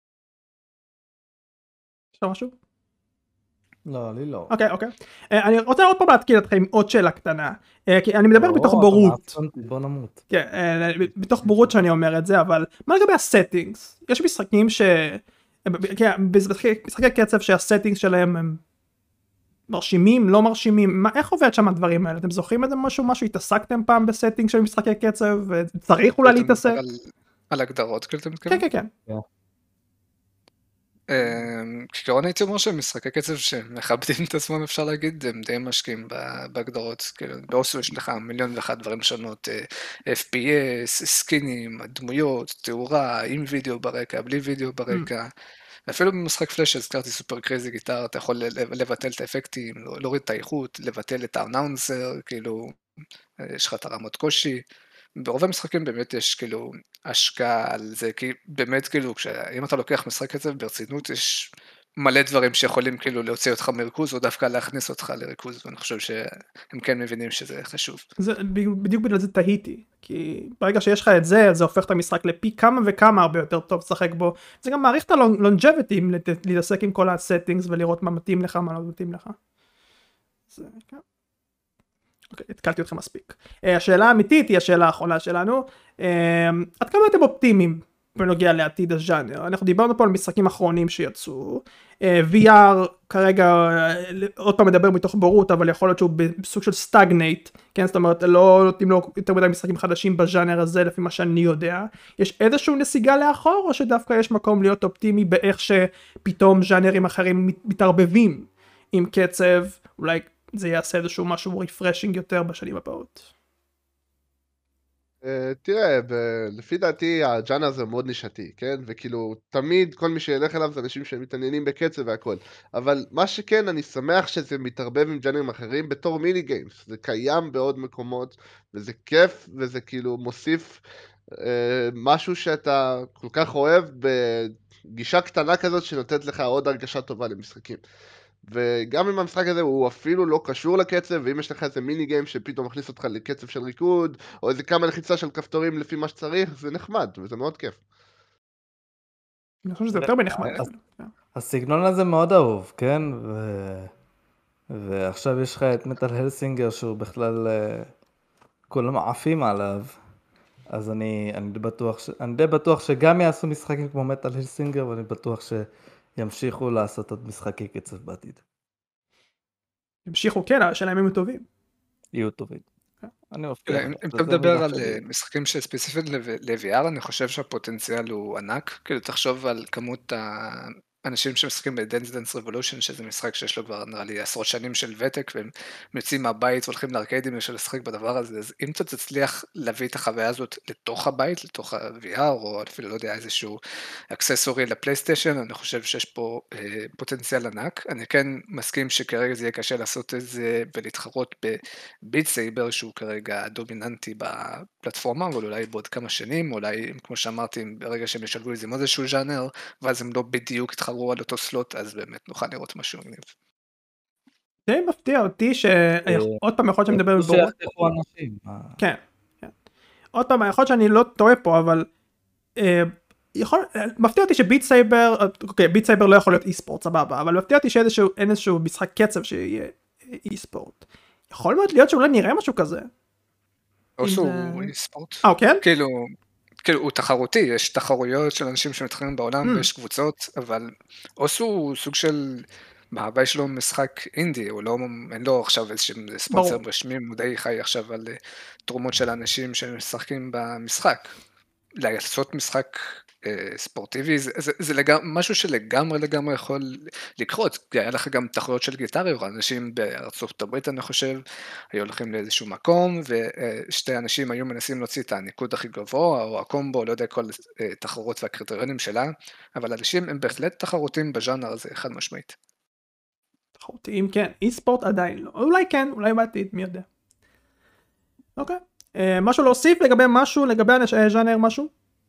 יש לך משהו? לא, לי לא. אוקיי. אני רוצה עוד פעם להתקיל אתכם עם עוד שאלה קטנה, כי אני מדבר מתוך בורות. בוא נמות. כן, מתוך בורות שאני אומר את זה, אבל מה לגבי הסטינגס? יש משחקים משחקי קצב שהסטינגס שלהם הם מרשימים, לא מרשימים, איך עובד שם הדברים האלה? אתם זוכרים את זה משהו התעסקתם פעם בסטינג של משחקי קצב, וצריך אולי להתעסק? על הגדרות, כאילו אתה מתכוון? כן. כעיקרון הייתי אומר שמשחקי קצב שמכבדים את עצמם אפשר להגיד, הם די משקיעים בהגדרות, כאילו באוסו יש לך 1,000,001 דברים שונות, FPS, סקינים, דמויות, תאורה, עם וידאו ברקע, בלי וידאו ברקע, אפילו במשחק פלאש הזכרתי סופר קרייזי גיטר, אתה יכול לבטל את האפקטים, להוריד את האיכות, לבטל את האנאונסר, כאילו יש לך את הרמות קושי. ברוב המשחקים באמת יש כאילו השקעה על זה, כי באמת כאילו, אם אתה לוקח משחק כזה ברצינות, יש מלא דברים שיכולים כאילו להוציא אותך מריכוז, או דווקא להכניס אותך לריכוז, ואני חושב שהם כן מבינים שזה חשוב. בדיוק בגלל זה תהיתי, כי ברגע שיש לך את זה, זה הופך את המשחק לפי כמה וכמה הרבה יותר טוב לשחק בו, זה גם מעריך את הלונג'ביטי, להתעסק עם כל הסטינגס ולראות מה מתאים לך, מה לא מתאים לך. זה, כן. אוקיי, התקלתי אתכם מספיק. השאלה האמיתית היא השאלה האחרונה שלנו. עד כמה אתם אופטימיים בנוגע לעתיד הז'אנר? אנחנו דיברנו פה על משחקים אחרונים שיצאו. VR כרגע, עוד פעם מדבר מתוך בורות, אבל יכול להיות שהוא בסוג של סטאגנייט. כן, זאת אומרת, לא נותנים לו יותר מדי משחקים חדשים בז'אנר הזה, לפי מה שאני יודע. יש איזשהו נסיגה לאחור, או שדווקא יש מקום להיות אופטימי באיך שפתאום ז'אנרים אחרים מתערבבים עם קצב, אולי זה יעשה איזשהו משהו רפרשינג יותר בשנים הבאות. תראה, לפי דעתי הג'אנר הזה מאוד נישתי, כן? וכאילו, תמיד כל מי שילך אליו זה אנשים שמתעניינים בקצב והכל. אבל מה שכן, אני שמח שזה מתערבב עם ג'אנרים אחרים בתור מיני גיימס. זה קיים בעוד מקומות, וזה כיף, וזה כאילו מוסיף משהו שאתה כל כך אוהב בגישה קטנה כזאת שנותנת לך עוד הרגשה טובה למשחקים. וגם אם המשחק הזה הוא אפילו לא קשור לקצב, ואם יש לך איזה מיני גיים שפתאום מכניס אותך לקצב של ריקוד, או איזה כמה לחיצה של כפתורים לפי מה שצריך, זה נחמד, וזה מאוד כיף. אני חושב שזה יותר בנחמד. הסגנון הזה מאוד אהוב, כן? ועכשיו יש לך את מטל הלסינגר שהוא בכלל כולם עפים עליו, אז אני די בטוח שגם יעשו משחקים כמו מטל הלסינגר, ואני בטוח שימשיכו לעשות עוד משחקי קצב בעתיד. ימשיכו, כן, השאלה אם הם טובים. יהיו טובים. אני מבטיח. אם אתה מדבר על משחקים שספציפית ל-VR, אני חושב שהפוטנציאל הוא ענק, כאילו תחשוב על כמות האנשים שמשחקים ב-Dance Dance Revolution, שזה משחק שיש לו כבר נראה לי עשרות שנים של ותק, והם יוצאים מהבית והולכים לארקיידים בשביל לשחק בדבר הזה, אז אם אתה תצליח להביא את החוויה הזאת לתוך הבית, לתוך ה-VR, או אפילו לא יודע איזשהו אקססורי לפלייסטיישן, אני חושב שיש פה פוטנציאל ענק. אני כן מסכים שכרגע זה יהיה קשה לעשות את זה ולהתחרות בביט סייבר, שהוא כרגע דומיננטי בפלטפורמה, אבל אולי בעוד כמה שנים, אולי כמו שאמרתי, ברגע שהם ישלבו איזה מאוד איזשהו ז'אנר, ואז הם לא בדיוק התחרו על אותו סלוט, אז באמת נוכל לראות משהו מגניב. די מפתיע אותי שעוד פעם יכול להיות שאני מדבר בבורות. שיחתכו אנשים. כן. עוד פעם, יכול להיות שאני לא טועה פה, אבל מפתיע אותי שביט סייבר, אוקיי, ביט סייבר לא יכול להיות אי ספורט, סבבה, אבל מפתיע אותי שאין איזשהו משחק קצב שיהיה אי ספורט. יכול מאוד להיות שאולי נראה משהו כזה. אוסו הוא אי ספורט. כן? כאילו הוא תחרותי, יש תחרויות של אנשים שמתחרים בעולם ויש קבוצות, אבל אוסו הוא סוג של, בהווי שלו משחק אינדי, אין לו עכשיו איזשהו ספונסר רשמי, הוא די חי עכשיו על תרומות של אנשים שמשחקים במשחק. לעשות משחק ספורטיבי, זה משהו שלגמרי יכול לקרות, כי היה לך גם תחרויות של גיטריות, אנשים בארצות הברית אני חושב, היו הולכים לאיזשהו מקום, ושתי אנשים היו מנסים להוציא את הניקוד הכי גבוה, או הקומבו, לא יודע, כל תחרות והקריטריונים שלה, אבל אנשים הם בהחלט תחרותיים בז'אנר הזה, חד משמעית. תחרותיים, כן, אי ספורט עדיין לא, אולי כן, אולי בעתיד, מי יודע. אוקיי, משהו להוסיף לגבי הז'אנר, משהו?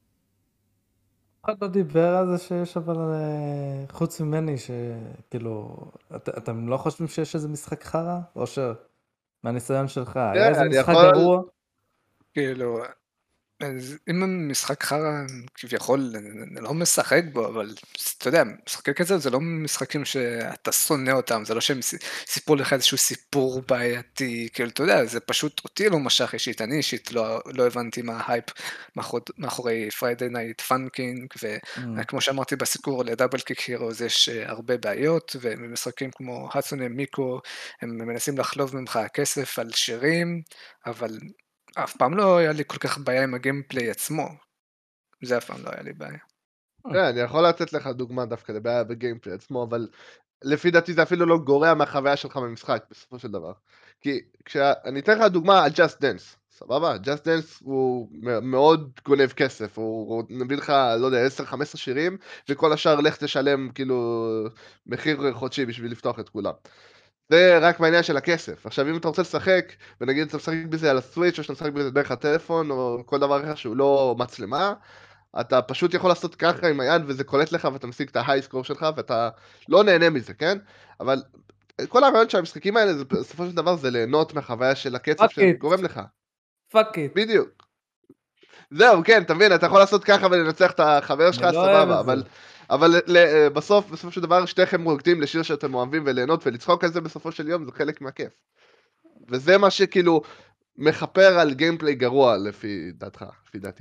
אחד לא דיבר על זה שיש, אבל חוץ ממני שכאילו, אתם לא חושבים שיש איזה משחק חרא? או מהניסיון שלך, היה איזה משחק גרוע? כאילו, אז אם המשחק חרא כביכול אני לא משחק בו, אבל אתה יודע, משחקי קצב זה לא משחקים שאתה שונא אותם, זה לא שהם סיפרו לך איזשהו סיפור בעייתי, כאילו אתה יודע, זה פשוט אותי לא משך אישית, אני אישית לא הבנתי מה ההייפ מאחורי Friday Night Funkin', וכמו שאמרתי בסיקור לדאבל קיק הירוס יש הרבה בעיות, ומשחקים כמו האצונה מיקו, הם מנסים לחלוב ממך כסף על שירים, אבל אף פעם לא היה לי כל כך בעיה עם הגיימפליי עצמו. זה אף פעם לא היה לי בעיה. אני יכול לתת לך דוגמה דווקא לבעיה בגיימפליי עצמו, אבל לפי דעתי זה אפילו לא גורע מהחוויה שלך במשחק, בסופו של דבר. כי אני אתן לך דוגמה על Just Dance, סבבה? Just Dance הוא מאוד גונב כסף, הוא נביא לך, לא יודע, 10-15 שירים, וכל השאר לך תשלם כאילו מחיר חודשי בשביל לפתוח את כולם. זה רק בעניין של הכסף. עכשיו אם אתה רוצה לשחק, ונגיד אתה משחק בזה על הסוויץ' או שאתה משחק בזה דרך הטלפון או כל דבר אחר שהוא לא מצלמה, אתה פשוט יכול לעשות ככה עם היד וזה קולט לך ואתה משיג את ההיי סקור שלך ואתה לא נהנה מזה, כן? אבל כל הרעיון של המשחקים האלה, בסופו של דבר זה ליהנות מהחוויה של הקצב שגורם לך. פאק איט. בדיוק. זהו, כן, תבין, אתה יכול לעשות ככה ולנצח את החבר שלך, סבבה, אבל בסופו של דבר שתיכם רוקדים לשיר שאתם אוהבים וליהנות ולצחוק על זה בסופו של יום, זה חלק מהכיף. וזה מה שכאילו מחפר על גיימפליי גרוע לפי דעתך, לפי דעתי.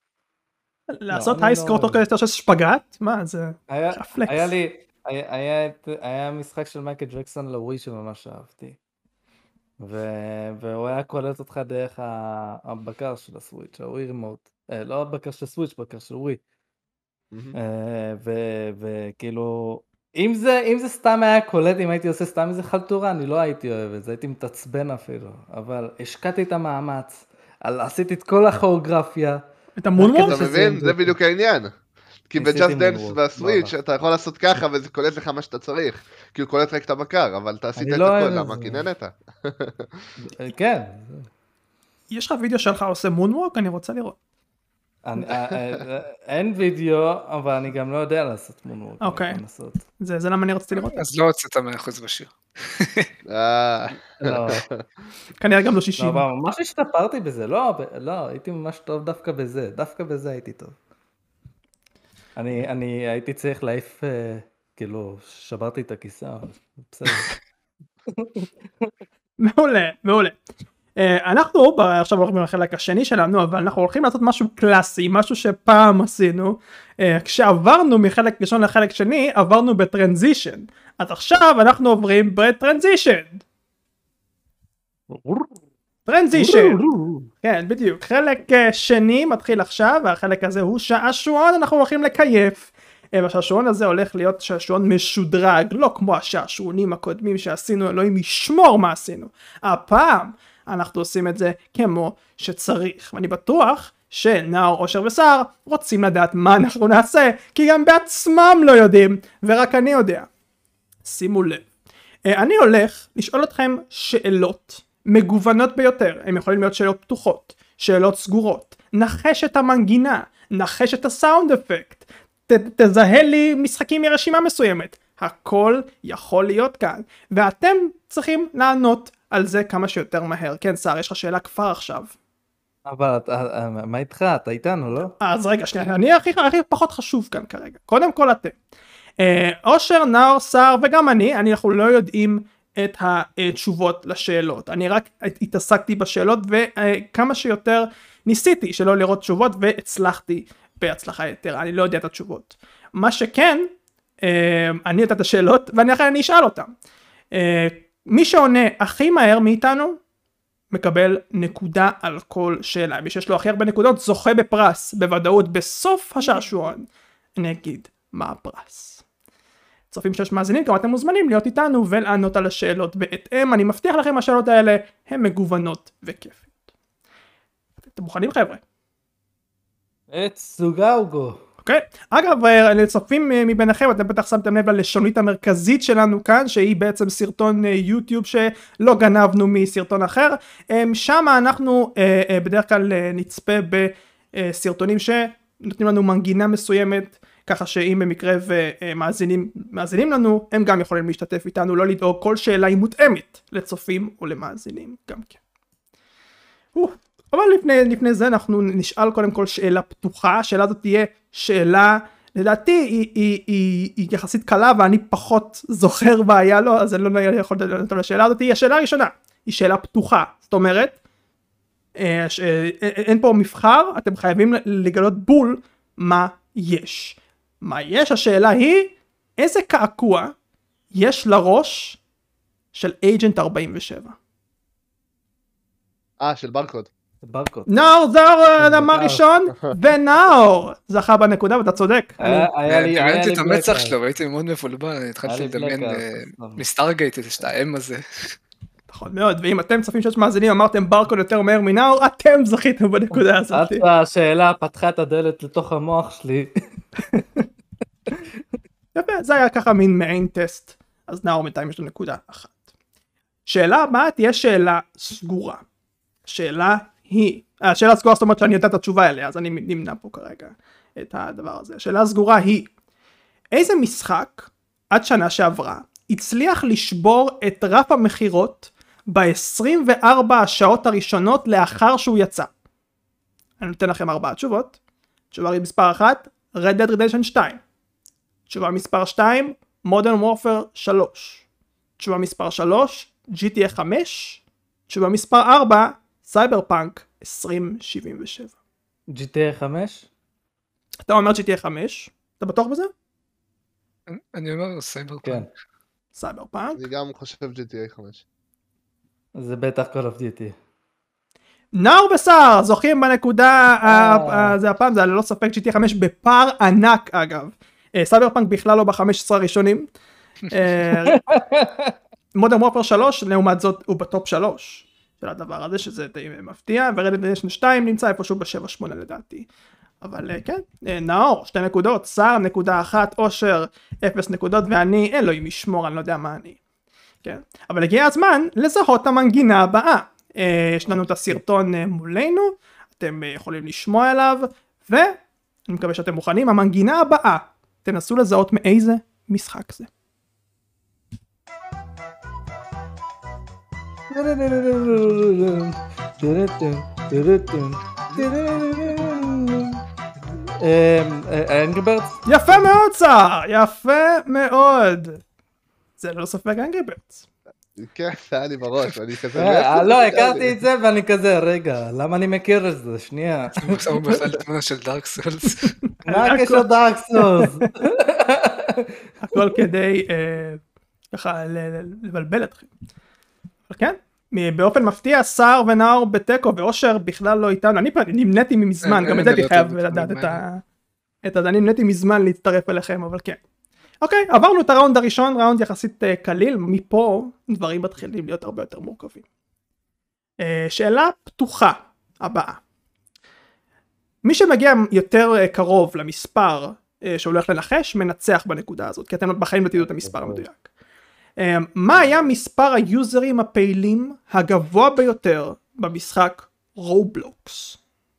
לעשות הייסקור תוך כדי שאתה עושה שפגאט? מה, זה פלקס. היה משחק של מייקל ג'קסון לווי שממש אהבתי. והוא היה קולט אותך דרך הבקר של הסוויץ', הווי רימוט. לא הבקר של הסוויץ', בקר של ווי. וכאילו, אם זה סתם היה קולט, אם הייתי עושה סתם איזה חלטורה, אני לא הייתי אוהב את זה, הייתי מתעצבן אפילו. אבל השקעתי את המאמץ, עשיתי את כל הכוריאוגרפיה. את המונוורק? אתה מבין? זה בדיוק העניין. כי ב-Just Dance והסוויץ' אתה יכול לעשות ככה וזה קולט לך מה שאתה צריך. כי הוא קולט רק את הבקר, אבל אתה עשית את הכל, למה? כי נהנית. כן. יש לך וידאו שלך עושה מונוורק? אני רוצה לראות. אין וידאו, אבל אני גם לא יודע לעשות מונוורק. אוקיי. זה למה אני רציתי לראות. אז לא הוצאת 100% בשיר. כנראה גם לא 60. ממש השתפרתי בזה, לא, הייתי ממש טוב דווקא בזה, הייתי טוב. אני הייתי צריך להעיף, כאילו, שברתי את הכיסא, בסדר. מעולה. אנחנו עכשיו הולכים לחלק השני שלנו, אבל אנחנו הולכים לעשות משהו קלאסי, משהו שפעם עשינו, כשעברנו מחלק ראשון לחלק שני, עברנו בטרנזישן. אז עכשיו אנחנו עוברים בטרנזישן. טרנזישן. כן, בדיוק. חלק שני מתחיל עכשיו, והחלק הזה הוא שעשועון, אנחנו הולכים לקייף. והשעשועון הזה הולך להיות שעשועון משודרג, לא כמו השעשועונים הקודמים שעשינו, אלוהים ישמור מה עשינו. הפעם אנחנו עושים את זה כמו שצריך, ואני בטוח שנאור, אושר וסער רוצים לדעת מה אנחנו נעשה, כי גם בעצמם לא יודעים, ורק אני יודע. שימו לב. אני הולך לשאול אתכם שאלות מגוונות ביותר, הם יכולים להיות שאלות פתוחות, שאלות סגורות, נחש את המנגינה, נחש את הסאונד אפקט, תזהה לי משחקים מרשימה מסוימת, הכל יכול להיות כאן, ואתם צריכים לענות על זה כמה שיותר מהר. כן, סער, יש לך שאלה כבר עכשיו. אבל מה איתך? אתה איתנו, לא? אז רגע, שנייה, אני הכי פחות חשוב כאן כרגע. קודם כל אתם. אושר, נאור, סער וגם אנחנו לא יודעים את התשובות לשאלות. אני רק התעסקתי בשאלות וכמה שיותר ניסיתי שלא לראות תשובות והצלחתי בהצלחה יתרה. אני לא יודע את התשובות. מה שכן, אני יודע את השאלות ואני אשאל אותם. מי שעונה הכי מהר מאיתנו מקבל נקודה על כל שאלה. מי שיש לו הכי הרבה נקודות זוכה בפרס, בוודאות בסוף השעשועון. אני אגיד מה הפרס. צופים שיש מאזינים, גם אתם מוזמנים להיות איתנו ולענות על השאלות בהתאם. אני מבטיח לכם השאלות האלה הן מגוונות וכיפיות. אתם מוכנים חבר'ה? Let's go. אוקיי, אגב, לצופים מביניכם, אתם בטח שמתם לב ללשונית המרכזית שלנו כאן, שהיא בעצם סרטון יוטיוב שלא גנבנו מסרטון אחר. שם אנחנו בדרך כלל נצפה בסרטונים שנותנים לנו מנגינה מסוימת, ככה שאם במקרה ומאזינים לנו, הם גם יכולים להשתתף איתנו, לא לדאוג, כל שאלה היא מותאמת לצופים או למאזינים גם כן. אבל לפני זה אנחנו נשאל קודם כל שאלה פתוחה. השאלה הזאת תהיה שאלה, לדעתי היא יחסית קלה ואני פחות זוכר בעיה לו, אז אני לא יכול לדעת על השאלה הזאת. השאלה הראשונה היא שאלה פתוחה, זאת אומרת אין פה מבחר, אתם חייבים לגלות בול מה יש. מה יש? השאלה היא איזה קעקוע יש לראש של אייג'נט 47? של ברקוד. נאור אמר ראשון, ונאור זכה בנקודה, ואתה צודק. ראיתי את המצח שלו, והייתי מאוד מבולבל, התחלתי לדמיין מסטארגייט, את האם הזה. נכון מאוד, ואם אתם צופים שיש מאזינים, אמרתם ברקוד יותר מהר מנאור, אתם זכיתם בנקודה הזאת. השאלה פתחה את הדלת לתוך המוח שלי. יפה, זה היה ככה מין מעין טסט, אז נאור בינתיים יש לו נקודה אחת. שאלה הבאה תהיה שאלה סגורה. השאלה סגורה זאת אומרת שאני יודע את התשובה אליה, אז אני נמנע פה כרגע את הדבר הזה. השאלה הסגורה היא, איזה משחק עד שנה שעברה הצליח לשבור את רף המחירות ב-24 השעות הראשונות לאחר שהוא יצא? אני נותן לכם 4 תשובות. תשובה מספר 1, Red Dead Redemption 2. תשובה מספר 2, Modern Warfare 3. תשובה מספר 3, GTA 5. תשובה מספר 4, Cyberpunk 2077. GTA 5? אתה אומר GTA 5? אתה בטוח בזה? אני אומר סייברפאנק. כן. סייברפאנק? אני גם חושב GTA 5. זה בטח Call of Duty. נאור וסער זוכים בנקודה, זה הפעם, זה ללא ספק GTA 5 בפער ענק אגב. סייברפאנק בכלל לא ב-15 הראשונים. Modern Warfare 3 לעומת זאת הוא בטופ 3 של הדבר הזה, שזה די מפתיע, ו-Red Dead Redemption 2 נמצא איפשהו ב-7-8 לדעתי. אבל כן, נאור 2 נקודות, סער נקודה 1, אושר 0 נקודות, ואני אלוהים ישמור, אני לא יודע מה אני. כן, אבל הגיע הזמן לזהות המנגינה הבאה. יש לנו את הסרטון מולנו, אתם יכולים לשמוע עליו, ואני מקווה שאתם מוכנים. המנגינה הבאה, תנסו לזהות מאיזה משחק זה. Angry Birds? יפה מאוד סער, יפה מאוד. זה לא ספק Angry Birds. כן, זה היה לי בראש, ואני כזה... לא, הכרתי את זה ואני כזה, רגע, למה אני מכיר את זה? שנייה. הוא בכלל תמונה של דארק סולס. מה הקשר דארק סולס? הכל כדי ככה לבלבל אתכם. אבל כן, באופן מפתיע, סער ונאור בתיקו ואושר בכלל לא איתנו, אני נמניתי מזמן, גם את זה הייתי חייב לדעת אני נמניתי מזמן להצטרף אליכם, אבל כן. אוקיי, עברנו את הראונד הראשון, ראונד יחסית קליל, מפה דברים מתחילים להיות הרבה יותר מורכבים. שאלה פתוחה הבאה. מי שמגיע יותר קרוב למספר שהולך לנחש, מנצח בנקודה הזאת, כי אתם בחיים לא תדעו את המספר המדויק. מה היה מספר היוזרים הפעילים הגבוה ביותר במשחק רובלוקס?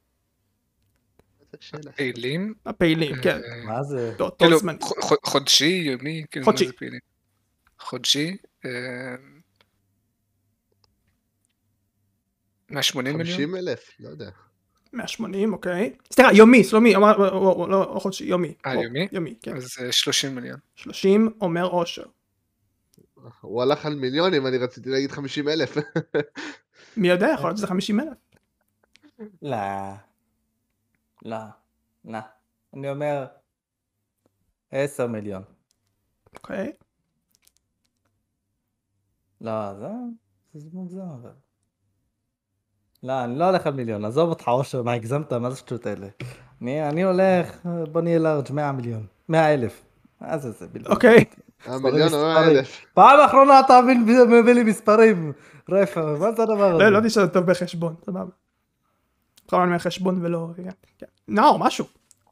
פעילים? הפעילים, כן. מה זה? באותו זמן. חודשי, יומי? חודשי. חודשי? 180 מיליון? 50,000, לא יודע. 180, אוקיי. סליחה, יומי, סלומי, לא חודשי, יומי. יומי? יומי, כן. אז 30 מיליון. 30 אומר אושר. הוא הלך על מיליונים, אני רציתי להגיד 50,000. מי יודע, יכול להיות שזה 50,000. לא. לא. לא. אני אומר 10 מיליון. אוקיי. לא, זה מוגזם אבל. לא, אני לא הולך על מיליון, עזוב אותך אושר, מה הגזמת? מה זה שטות האלה? אני הולך, בוא נהיה לארג' 100 מיליון. 100,000. מה זה בלבד? אוקיי. המיליון או 100,000. פעם אחרונה אתה מביא לי מספרים. רפא, מה זה הדבר הזה? לא תשאל טוב בחשבון, סבבה. כמובן מהחשבון ולא... נאור, משהו.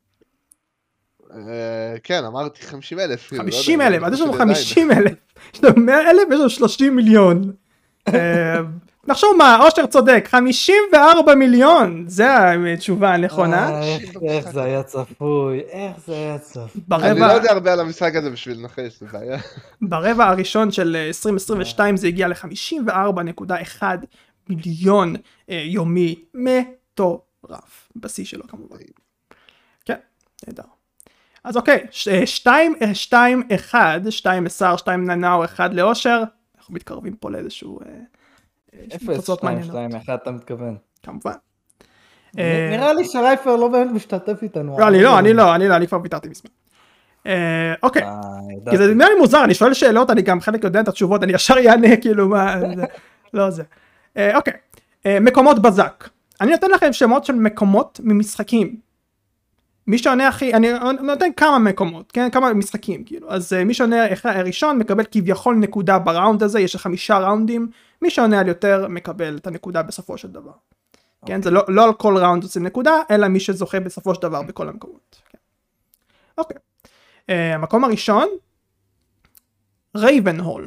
כן, אמרתי 50,000. 50,000, אז יש לנו 50,000. יש לנו 100,000 ויש לנו 30 מיליון. נחשוב מה, אושר צודק, 54 מיליון, זה התשובה הנכונה. איך זה היה צפוי, איך זה היה צפוי. אני לא יודע הרבה על המשחק הזה בשביל לנחש, זה בעיה. ברבע הראשון של 2022 זה הגיע ל-54.1 מיליון יומי מטורף, בשיא שלו כמובן. כן, נהדר. אז אוקיי, 2-1, 2 לסער, 2 לנאור, 1 לאושר. אנחנו מתקרבים פה לאיזשהו... איפה 2-2-1 אתה מתכוון? כמובן. נראה לי שרייפר לא באמת משתתף איתנו. לא, אני כבר ויתרתי מזמן. אוקיי, כי זה נראה לי מוזר, אני שואל שאלות, אני גם חלק יודע את התשובות, אני ישר יענה, כאילו מה, לא זה. אוקיי, מקומות בזק. אני נותן לכם שמות של מקומות ממשחקים. מי שעונה הכי, אני נותן כמה מקומות, כן? כמה משחקים, כאילו. אז מי שעונה הראשון מקבל כביכול נקודה בראונד הזה, יש 5 ראונדים, מי שעונה על יותר מקבל את הנקודה בסופו של דבר. כן? זה לא על כל ראונד עושים נקודה, אלא מי שזוכה בסופו של דבר בכל המקומות. אוקיי. המקום הראשון, רייבנהולם.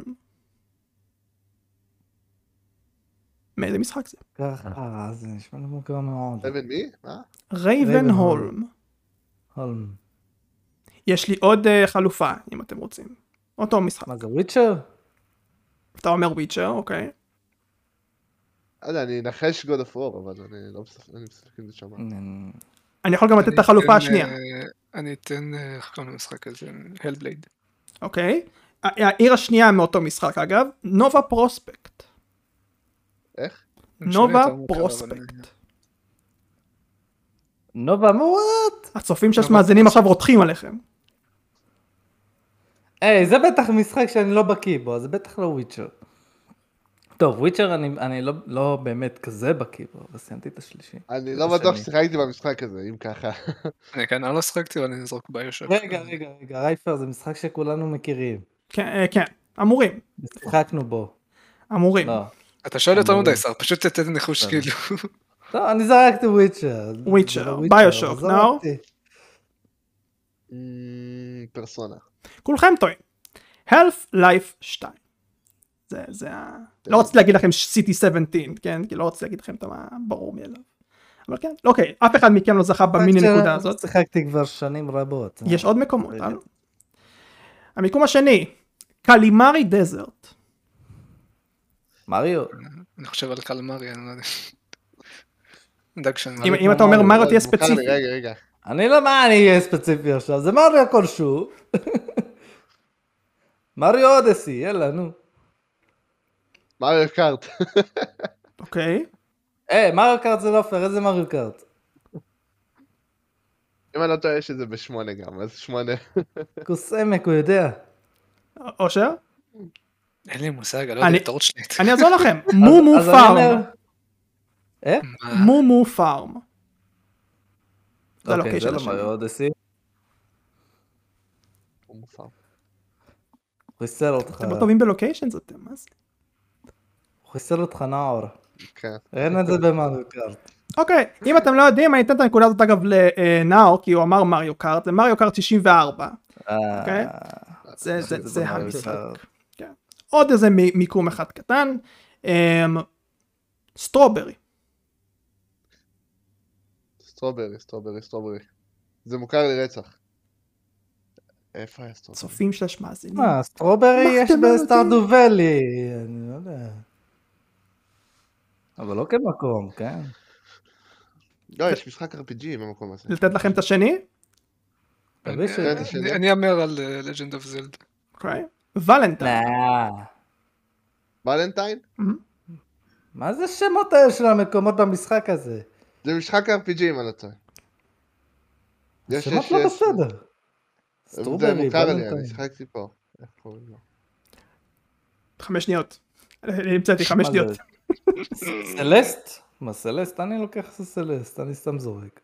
מאיזה משחק זה? ככה, זה נשמע לי מוכר מאוד. מי? מה? רייבנהולם. הולם. יש לי עוד חלופה, אם אתם רוצים. אותו משחק. מה זה, וויצ'ר? אתה אומר וויצ'ר, אוקיי. אני אנחש God of War, אבל אני לא משחק עם זה שם. אני יכול גם לתת את החלופה השנייה. אני אתן, איך קוראים למשחק הזה? הלבלייד. אוקיי. העיר השנייה מאותו משחק, אגב, נובה פרוספקט. איך? נובה פרוספקט. נובה מוואט? הצופים שמאזינים עכשיו רותחים עליכם. היי, זה בטח משחק שאני לא בקיא בו, זה בטח לא וויצ'ר. טוב, וויצ'ר אני לא באמת כזה בקיא בו, אבל סיימתי את השלישי. אני לא בטוח ששיחקתי במשחק הזה, אם ככה. אני כאן לא שחקתי, אבל אני נזרוק ביושב. רגע, רייפר, זה משחק שכולנו מכירים. כן, אמורים. שחקנו בו. אמורים. לא. אתה שואל יותר מדי, שר, פשוט תתן ניחוש כאילו. לא, אני זרקתי וויצ'ר. וויצ'ר, ביושוק, נאור? פרסונה. כולכם טועים. Half-Life 2. זה לא רציתי להגיד לכם City 17, כן? כי לא רציתי להגיד לכם את הברור מאליו. אבל כן, אוקיי, אף אחד מכם לא זכה במיני נקודה הזאת. שיחקתי כבר שנים רבות. יש עוד מקומות. המיקום השני, קלימרי דזרט. מריו. אני חושב על קלמרי, אני לא יודע. אם אתה אומר מריו תהיה ספציפי. רגע. אני לא, מה אני אהיה ספציפי עכשיו? זה מריו כלשהו. מריו אודסי, יאללה, נו. מריו קארט. אוקיי. מריו קארט זה לא פייר, איזה מריו קארט? אם אני לא טועה שזה ב8 גם, אז 8. כוס עמק, הוא יודע. אושר? אין לי מושג, אני לא יודע, תורת שנית. אני אעזור לכם, מומו אז אני פארם. אומר- איך? מומו פארם. זה אוקיי, זה הלוקיישן לא השני. מריו אודיסי. הוא מופר. חיסל אותך. אתם לא טובים בלוקיישנס אתם, מה זה? חיסל אותך נאור. כן. אין את זה במריו קארט. אוקיי, אם אתם לא יודעים, אני אתן את הנקודה הזאת אגב לנאור, כי הוא אמר מריו קארט, זה מריו קארט 64. אוקיי? זה במריו המשחק. קארט. כן. עוד איזה מיקום אחד קטן. סטרוברי. סטרוברי. זה מוכר לי רצח. איפה היה סטרוברי? צופים שלש מאזינים. סטרוברי מה יש אתם לא בסטארדו ואלי. אני לא יודע. אבל לא כמקום, כן? לא, יש משחק RPG במקום הזה. לתת לכם את השני? אני אמר על Legend of Zelda. אוקיי. ולנטיין. ולנטיין? מה זה שמות האלה של המקומות במשחק הזה? זה משחק RPG אם אני לא טועה. שמות לא בסדר. זה סטרוברי, מוכר לי, אני ולנטיין. שיחקתי פה. איך קוראים לו? 5 שניות. המצאתי 5 מה שניות. זה? סלסט? מה סלסט? אני לוקח את סלסט, אני סתם זורק.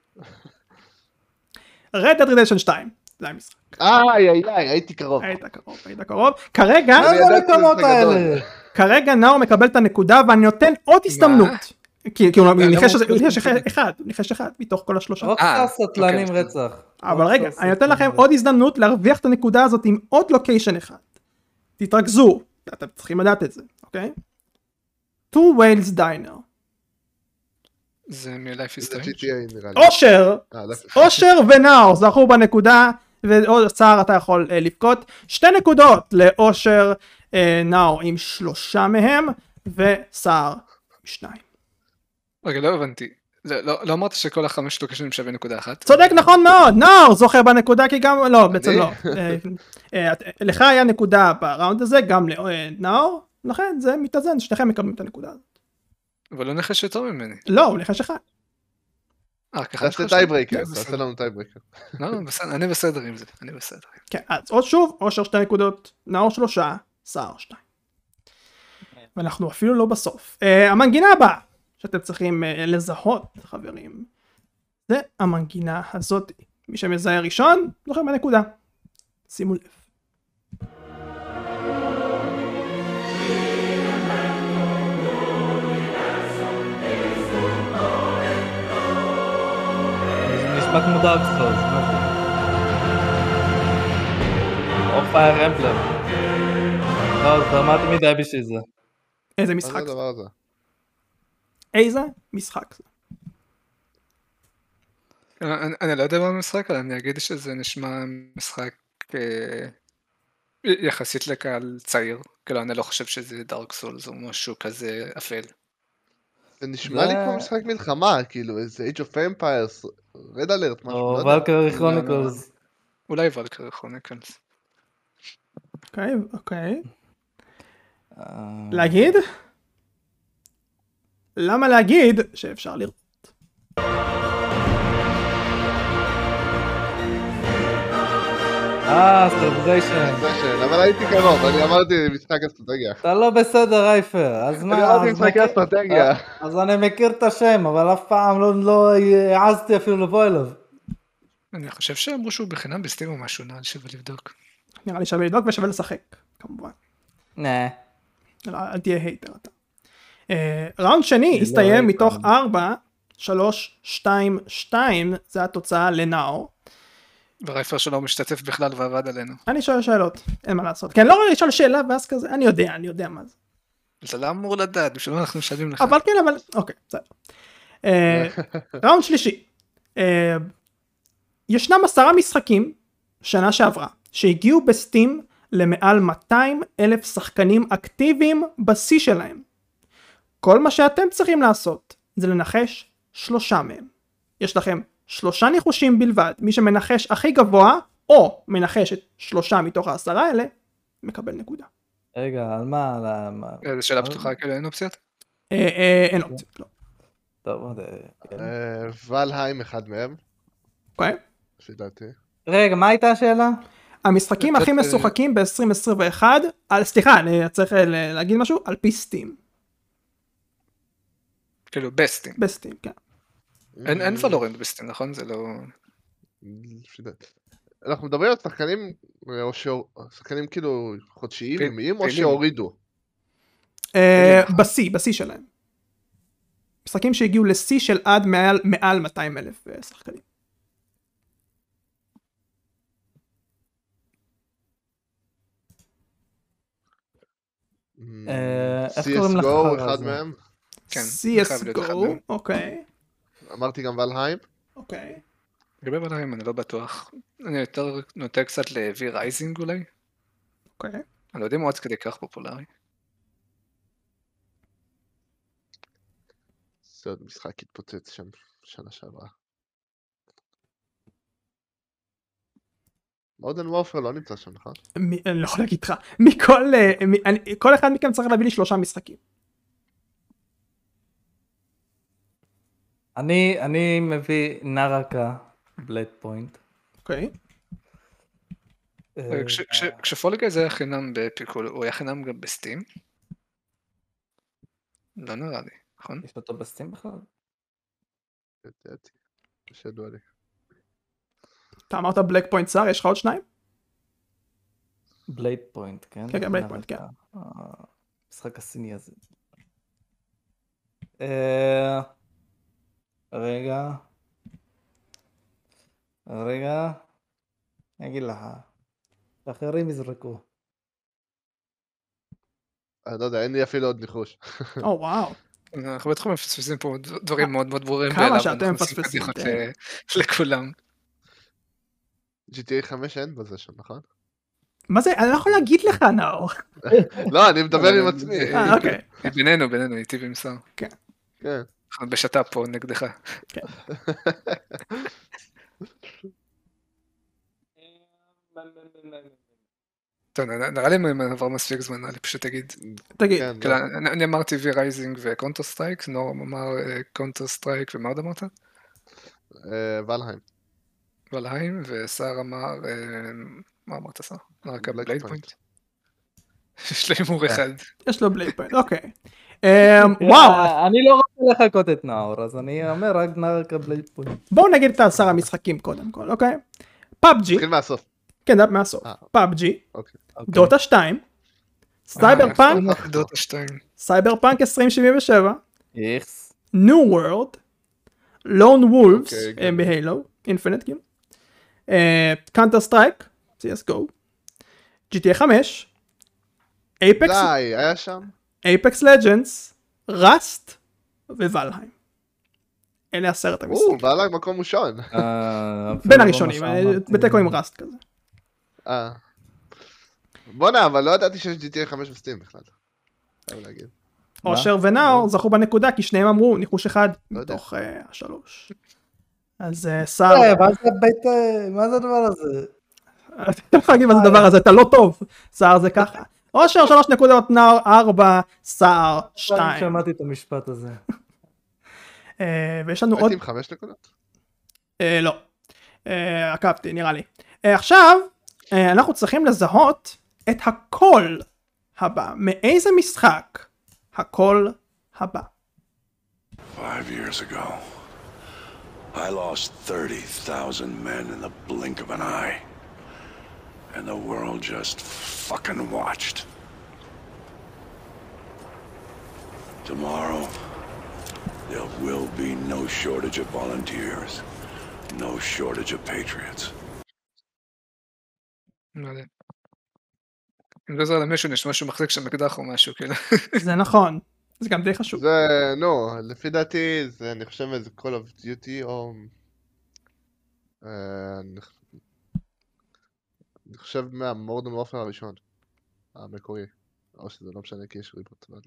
Red Dead Redemption 2. זה המשחק. הייתי קרוב. היית קרוב. כרגע, מה זה המקומות האלה? כרגע נאור מקבל את הנקודה ואני נותן עוד הזדמנות. כי הוא ניחש אחד מתוך כל השלושה. רוקסטאר סטלנים רצח. אבל רגע, אני נותן לכם עוד הזדמנות להרוויח את הנקודה הזאת עם עוד לוקיישן אחד. תתרכזו, אתם צריכים לדעת את זה, אוקיי? Two Whales Diner. זה מ-Life is זה Strange. GTA נראה לי. אושר ונאור זכו בנקודה, וסער אתה יכול לבכות. 2 נקודות לאושר, נאור עם 3 מהם, וסער עם 2. רגע, לא הבנתי. לא אמרת שכל ה5 לוקיישנים שווה נקודה אחת? צודק, נכון מאוד, נאור זוכר בנקודה כי גם, לא, בעצם לא. לך היה נקודה בראונד הזה, גם לנאור, לכן זה מתאזן, שניכם מקבלים את הנקודה הזאת. אבל הוא נחש יותר ממני. לא, הוא ניחש אחד. ככה תעשה טייברייקר, תעשה לנו טייברייקר. לא, אני בסדר עם זה, אני בסדר. כן, אז עוד שוב, אושר 2 נקודות, נאור 3, סער 2. ואנחנו אפילו לא בסוף. המנגינה הבאה שאתם צריכים לזהות, חברים, זה המנגינה הזאת. מי שמזהה ראשון, זוכר בנקודה. שימו לב. זה נשמע כמו דארק סולס, מה זה? או פייר אמבלם. לא, דרמטי מדי בשביל זה. איזה מה משחק זה זה? הדבר הזה? איזה משחק זה? אני לא יודע מה המשחק, אבל אני אגיד שזה נשמע משחק יחסית לקהל צעיר. כאילו, אני לא חושב שזה דארק סולס או משהו כזה אפל. זה נשמע לי כמו משחק מלחמה, כאילו איזה Age of Empires, Red Alert, משהו, לא או יודע. ולקרי כרוניקלס. אולי ולקרי כרוניקלס. אוקיי. להגיד? למה להגיד שאפשר לראות? סטרבזיישן. אבל הייתי קרוב, אני אמרתי משחק אסטרטגיה. אתה לא בסדר אייפר, אז מה? אני אמרתי משחק אסטרטגיה. אז אני מכיר את השם, אבל אף פעם לא העזתי אפילו לבוא אליו. אני חושב שאמרו שהוא בחינם בסטים או משהו, נראה לי שווה לבדוק. נראה לי שווה לבדוק ושווה לשחק, כמובן. נה. אל תהיה הייטר אתה. ראונד שני הסתיים מתוך 4, 3, 2, 2, זה התוצאה לנאור. ורייפר שלו משתתף בכלל ועבד עלינו. אני שואל שאלות, אין מה לעשות. כי אני לא רואה לשאול שאלה ואז כזה, אני יודע מה זה. אתה לא אמור לדעת, בשביל מה אנחנו משלמים לך. אבל כן, אוקיי, בסדר. ראונד שלישי. ישנם 10 משחקים שנה שעברה שהגיעו בסטים למעל 200,000 שחקנים אקטיביים בשיא שלהם. כל מה שאתם צריכים לעשות זה לנחש 3 מהם. יש לכם 3 ניחושים בלבד. מי שמנחש הכי גבוה או מנחש את 3 מתוך 10 האלה מקבל נקודה. רגע, על מה? זו שאלה פתוחה, כאילו אין אופציות? אין אופציות, לא. טוב, ולהיים אחד מהם, אוקיי? שידעתי. רגע, מה הייתה השאלה? המשחקים הכי לתת, משוחקים ב-2021, סליחה, אני צריך להגיד משהו, על פי סטים. כאילו בסטים. בסטים, כן. אין ולורנט בסטים, נכון? זה לא... אנחנו מדברים על שחקנים, שחקנים כאילו חודשיים, יומיים, או פעילים. שהורידו? בשיא שלהם. משחקים שהגיעו לשיא של עד מעל 200,000 שחקנים. איך קוראים לך CSGO אחר אחד זה? מהם? כן, זה חייב להיות אחד CSGO, מהם. אוקיי. אמרתי גם ולהיים. אוקיי. לגבי ולהיים אני לא בטוח. אני יותר נוטה קצת ל-V רייזינג אולי. אוקיי. אני לא יודע אם הוא עד כדי כך פופולרי. זה עוד משחק התפוצץ שם שנה שעברה. מודרן וורפר לא נמצא שם, נכון? אני לא יכול להגיד לך. כל אחד מכם צריך להביא לי 3 משחקים. אני מביא נרקה, בלייד פוינט. אוקיי. כשפולגה זה היה חינם בפיקול, הוא היה חינם גם בסטים? לא נראה לי, נכון? יש אותו בסטים בכלל? ידעתי. שידוע לי. אתה אמרת בלק פוינט סאר, יש לך עוד 2? בלייד פוינט, כן? כן, בלייד פוינט, כן. המשחק הסיני הזה. רגע. אני אגיד לך. אחרים יזרקו. אני לא יודע, אין לי אפילו עוד ניחוש. או וואו. אנחנו בטח מפספסים פה דברים מאוד מאוד ברורים. כמה מאליו, שאתם אנחנו עושים מפספסים, פדיחות כן. לכולם. GTA 5 אין בזה שם, נכון? מה זה? אני לא יכול להגיד לך, נאור. לא, אני מדבר עם עצמי. אוקיי. בינינו, איתי במסר. כן. אנחנו בשת"פ פה נגדך. טוב, נראה לי אם עבר מספיק זמן, נראה לי פשוט תגיד. תגיד. כן, כאילו, אני אמרתי V רייזינג וקונטר סטרייק, נורם אמר קונטר סטרייק, ומה עוד אמרת? ולהיים. ולהיים, וסער אמר, מה אמרת סער? רק בלייד בלייד פוינט. פוינט. יש לי הימור אחד. יש לו בלייד פוינט, אוקיי. וואו. אני לא רוצה לחכות את נאור, אז אני אומר רק נרקה בלייד פוינט. בואו נגיד את 10 המשחקים קודם כל, אוקיי? פאבג'י. נתחיל מהסוף. כן, זה מהסוף. פאבג'י. אוקיי. דוטה 2. סייבר פאנק. דוטה 2. סייבר פאנק 2077. איכס. ניו וורלד. לון וולפס. אוקיי, בהיילו. אינפיניט כאילו. קאנטר סטרייק. CSGO. GTA 5. אייפקס. די, היה שם? אייפקס לג'נדס. ראסט. וולהיים. אלה 10 המשחקים. ולהיים מקום ראשון. בין הראשונים. בתיקו עם ראסט כזה. בוא'נה, אבל לא ידעתי שיש GTA 5 בסטים בכלל. חייב להגיד. אושר ונאור זכו בנקודה כי שניהם אמרו ניחוש אחד לא יודע. מתוך 3. אז סער, מה זה הדבר הזה? אתה יכול להגיד מה זה הדבר הזה, אתה לא טוב. סער זה ככה. אושר 3 נקודות, נאור 4, סער 2. שמעתי את המשפט הזה. ויש לנו עוד... הייתי עם 5 נקודות? לא. עקבתי, נראה לי. עכשיו, אנחנו צריכים לזהות את הקול הבא. מאיזה משחק הקול הבא? 5 years ago, I lost 30,000 men in the blink of an eye. And the world just fucking watched. Tomorrow, there will be no shortage of volunteers. No shortage of patriots. לא יודע. אם לא עזר למישהו נשמע שהוא מחזיק שם אקדח או משהו, כאילו. זה נכון. זה גם די חשוב. זה, נו, לפי דעתי, זה אני חושב איזה Call of Duty או... אני חושב מהמורדן וורפר הראשון. המקורי. או שזה לא משנה כי יש ריבוט. לא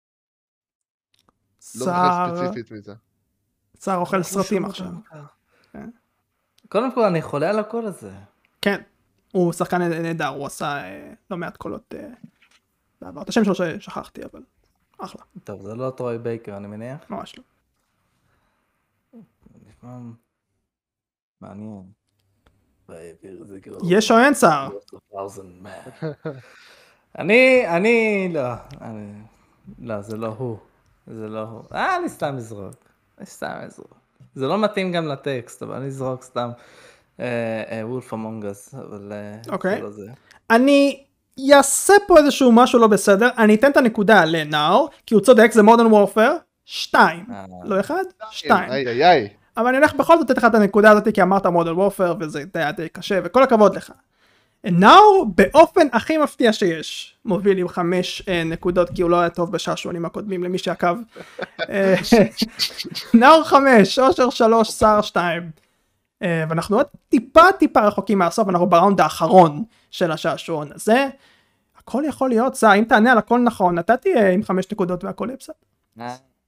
זוכר ספציפית מזה. סער אוכל סרטים עכשיו. קודם כל אני חולה על הקול הזה. כן. הוא שחקן נהדר, הוא עשה לא מעט קולות בעבר. את השם שלו ששכחתי, אבל אחלה. טוב, זה לא טרוי בייקר, אני מניח. ממש לא. נשמע מעניין. יש או אין שר? לא, זה לא הוא. אני סתם אזרוק. זה לא מתאים גם לטקסט, אבל אני אזרוק סתם וולף אמונג אס, אבל אוקיי. זה לא זה. אני אעשה פה איזשהו משהו לא בסדר, אני אתן את הנקודה לנאור, כי הוא צודק, זה מודרן וורפר, 2, לא 1, 2. איי. אבל אני הולך בכל זאת לתת לך את הנקודה הזאת, כי אמרת מודרן וורפר, וזה היה די קשה, וכל הכבוד לך. נאור, באופן הכי מפתיע שיש, מוביל עם 5 נקודות, כי הוא לא היה טוב בשעשועונים הקודמים, למי שעקב. נאור 5, אושר 3, שר 2. ואנחנו עוד טיפה רחוקים מהסוף, אנחנו בראונד האחרון של השעשועון הזה. הכל יכול להיות, אם תענה על הכל נכון, אתה תהיה עם 5 נקודות והכל יהיה בסדר.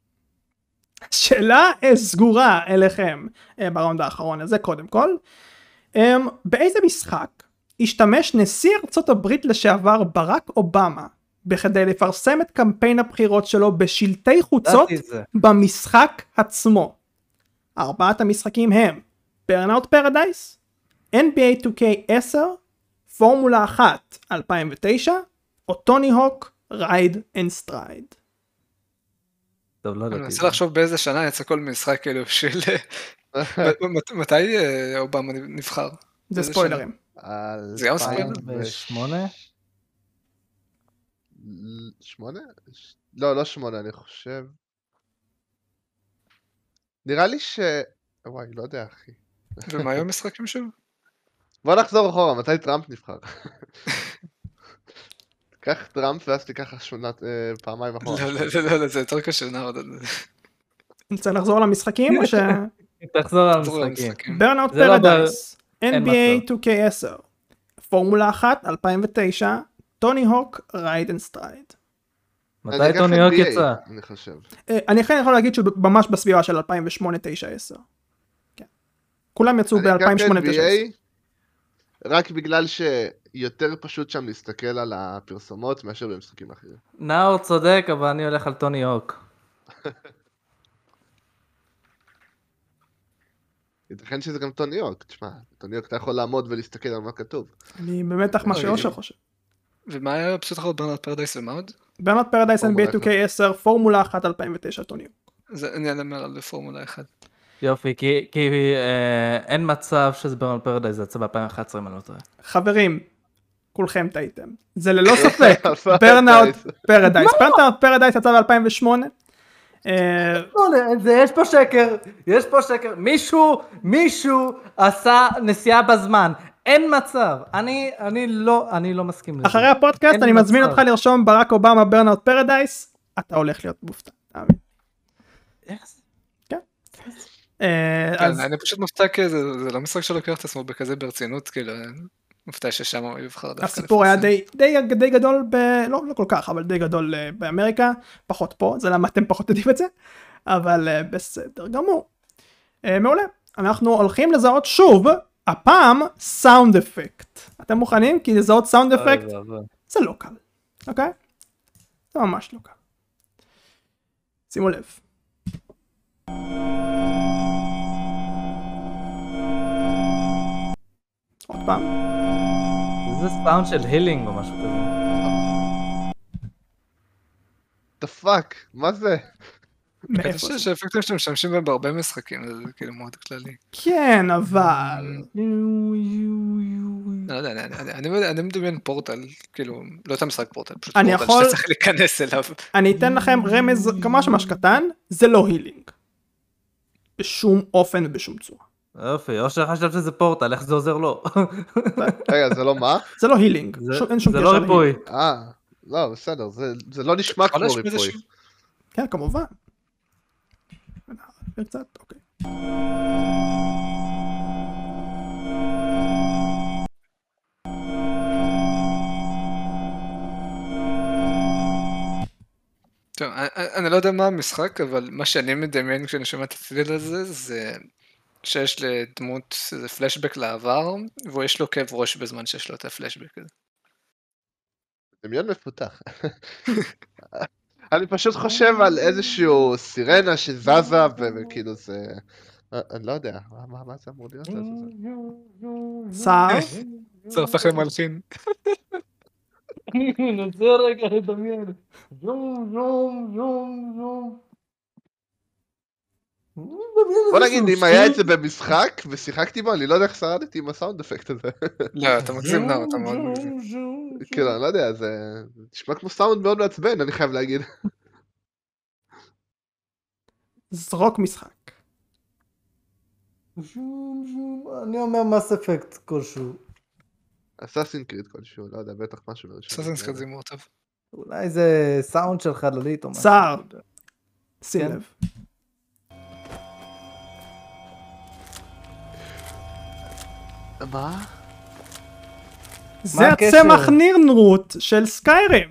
שאלה סגורה אליכם בראונד האחרון הזה, קודם כל. באיזה משחק השתמש נשיא ארצות הברית לשעבר ברק אובמה בכדי לפרסם את קמפיין הבחירות שלו בשלטי חוצות במשחק עצמו? 4 המשחקים הם Burnout Paradise, NBA 2K10, פורמולה 1 2009, או טוני הוק רייד אנד סטרייד. אני מנסה לחשוב באיזה שנה יצא כל משחק כאילו של... מתי אובמה נבחר? זה ספוילרים. זה גם ספוילר? 2008? 8? לא 8 אני חושב. נראה לי וואי, לא יודע אחי. ומה היו משחקים שוב? בוא נחזור אחורה, מתי טראמפ נבחר? קח טראמפ ואז תיקח פעמיים אחורה. לא, זה יותר קשה, נעוד. נצא לחזור למשחקים או ש... תחזור על המשחקים. Burnout Paradise, NBA 2K10, פורמולה 1 2009, טוני הוק רייד אנד סטרייד. מתי טוני הוק יצא? אני חושב. אני אכן יכול להגיד שהוא ממש בסביבה של 2008, 9, 10. כולם יצאו ב-2008-2009. רק בגלל שיותר פשוט שם להסתכל על הפרסומות מאשר במשחקים אחרים. נאור צודק, אבל אני הולך על טוני הוק. ייתכן שזה גם טוני הוק, תשמע, טוני הוק אתה יכול לעמוד ולהסתכל על מה כתוב. אני במתח מה שאושר חושב. ומה היה פשוט אחרות ברנאוט פרדייס ומה עוד? ברנאוט פרדייס NBA 2K10, פורמולה 1 2009 טוני הוק. אני אדבר על פורמולה 1. יופי, כי אין מצב שזה ברנאוט פרדייס, זה יצא ב-2011 אם אני לא טועה. חברים, כולכם טעיתם. זה ללא ספק, ברנאוט פרדייס. ברנאוט פרדייס יצא ב-2008. יש פה שקר, מישהו עשה נסיעה בזמן, אין מצב, אני לא מסכים לזה. אחרי הפודקאסט אני מזמין אותך לרשום ברק אובמה ברנאוט פרדייס, אתה הולך להיות מופתע, תאמין. כן. אני פשוט מופתע כי זה לא משחק שלוקח את עצמו בכזה ברצינות, כאילו, מופתע ששם הוא יבחר דווקא. הסיפור היה די גדול, לא כל כך, אבל די גדול באמריקה, פחות פה, זה למה אתם פחות יודעים את זה, אבל בסדר גמור. מעולה, אנחנו הולכים לזהות שוב, הפעם סאונד אפקט. אתם מוכנים? כי לזהות סאונד אפקט זה לא קל, אוקיי? זה ממש לא קל. שימו לב. עוד פעם. זה סאונד של הילינג או משהו כזה. The fuck? מה זה? אני חושב שהאפקטים שאתם משתמשים בהם בהרבה משחקים, זה כאילו מאוד כללי. כן, אבל... לא יודע, אני מדמיין פורטל, כאילו, לא את המשחק פורטל, פשוט אני פורטל יכול... שאתה צריך להיכנס אליו. אני אתן לכם רמז ממש קטן, זה לא הילינג. בשום אופן ובשום צורה. יופי, או שחשבת שזה פורטל, איך זה עוזר לו? רגע, זה לא מה? זה לא הילינג, אין שום זה קשר לא להילינג. ריפוי. לא, בסדר, זה לא נשמע כמו ריפוי. כן, כמובן. קצת, אוקיי. טוב, אני לא יודע מה המשחק, אבל מה שאני מדמיין כשאני שומע את הצליל הזה, זה שיש לדמות איזה פלשבק לעבר, והוא יש לו כאב ראש בזמן שיש לו את הפלשבק הזה. דמיון מפותח. אני פשוט חושב על איזשהו סירנה שזזה, וכאילו זה אני לא יודע, מה זה אמור להיות? סער, זה הופך למלחין. ננסה רגע לדמיין. זום זום זום זום. בוא נגיד, אם היה את זה במשחק ושיחקתי בו, אני לא יודע איך שרדתי עם הסאונד אפקט הזה. לא, אתה מגזים, לא, אתה מאוד מגזים. כאילו, אני לא יודע, זה נשמע כמו סאונד מאוד מעצבן, אני חייב להגיד. זרוק משחק. אני אומר מס אפקט כלשהו. אסאסין קריד כלשהו, לא יודע, בטח משהו מראשון. סאסינס קריד זה מאוד טוב. אולי זה סאונד של חללית או משהו. סער, שים כן. לב. מה? זה הקשר? הצמח נירנרוט של סקיירים.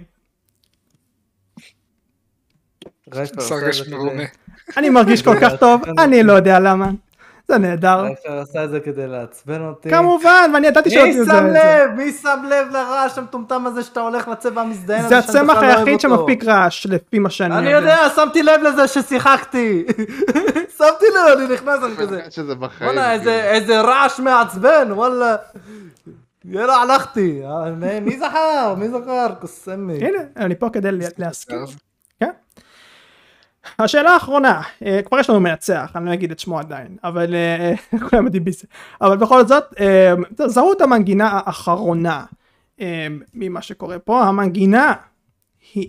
רייפר סרגש עשה את מרומה. אני מרגיש כל כך טוב, אני לא יודע למה. זה נהדר. רייפר עשה את זה כדי לעצבן אותי. כמובן, ואני ידעתי מי שעושים את שם זה. לב? מי שם לב לרעש המטומטם הזה שאתה הולך לצבע המזדיין זה הזה שאני הצמח בכלל לא אוהב היחיד אותו? שמפיק רעש, לפי מה שאני אני יודע, שמתי לב לזה ששיחקתי. שמתי לב, אני נכנס, אני כזה. שזה בחיים. וואלה, כאילו. איזה רעש מעצבן, וואלה. יאללה, הלכתי. מי זכר? מי זכר? קוסמי. הנה, אני פה כדי להזכיר. כן? השאלה האחרונה, כבר יש לנו מנצח, אני לא אגיד את שמו עדיין, אבל כולם יודעים בזה. אבל בכל זאת, זהו את המנגינה האחרונה ממה שקורה פה. המנגינה היא...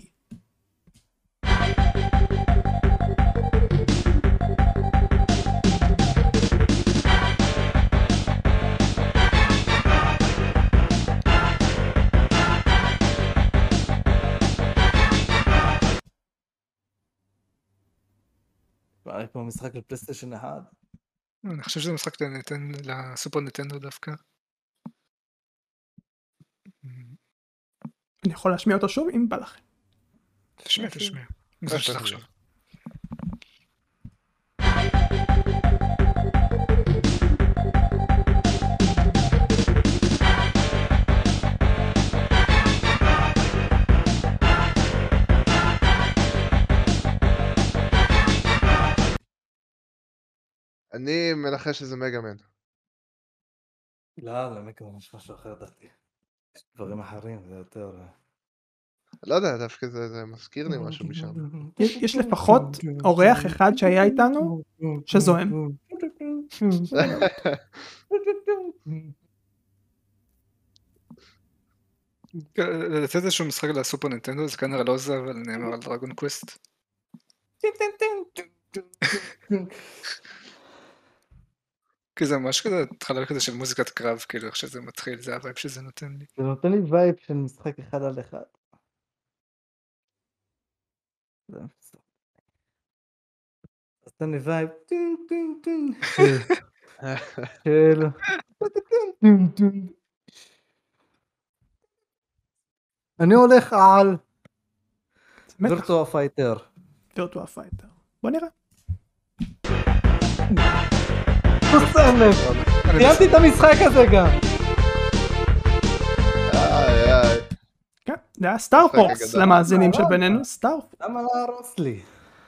יש פה משחק לפלייסטיישן 1. אני חושב שזה משחק לסופר ניטנדו דווקא. אני יכול להשמיע אותו שוב אם בא לכם. תשמע. זה שלך עכשיו. אני מנחש שזה מגאמן. לא, למקום יש משהו אחר דעתי. יש דברים אחרים, זה יותר... לא יודע, דווקא זה מזכיר לי משהו משם. יש לפחות אורח אחד שהיה איתנו שזוהם. לתת איזשהו משחק לסופר ניטנדו זה כנראה לא זה, אבל נאמר על דרגון קווסט. כי זה ממש כזה התחלה כזה של מוזיקת קרב, כאילו איך שזה מתחיל, זה הווייב שזה נותן לי. זה נותן לי וייב של משחק אחד על אחד. זה נותן לי וייב של... אני הולך על וירטואל פייטר. וירטואל פייטר. בוא נראה. סיימתי את המשחק הזה גם. כן, זה היה סטארפורס למאזינים שבינינו, סטארפורס. למה להרוס לי?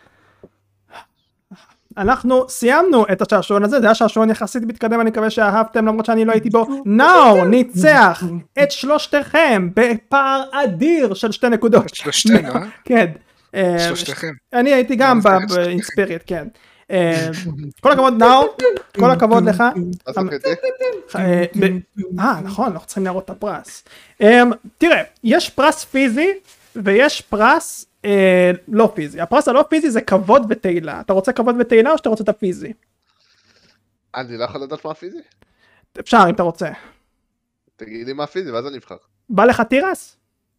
אנחנו סיימנו את השעשועון הזה, זה היה שעשועון יחסית מתקדם, אני מקווה שאהבתם למרות שאני לא הייתי בו. נאור ניצח את שלושתכם בפער אדיר של 2 נקודות. שלושתנו, כן. שלושתכם. אני הייתי גם באינספיריט, כן. כל הכבוד נאור, כל הכבוד לך. נכון, אנחנו צריכים להראות את הפרס. תראה, יש פרס פיזי ויש פרס לא פיזי. הפרס הלא פיזי זה כבוד ותהילה. אתה רוצה כבוד ותהילה או שאתה רוצה את הפיזי? אני לא יכול לדעת מה פיזי? אפשר אם אתה רוצה. תגיד לי מה פיזי ואז אני אבחר. בא לך תירס?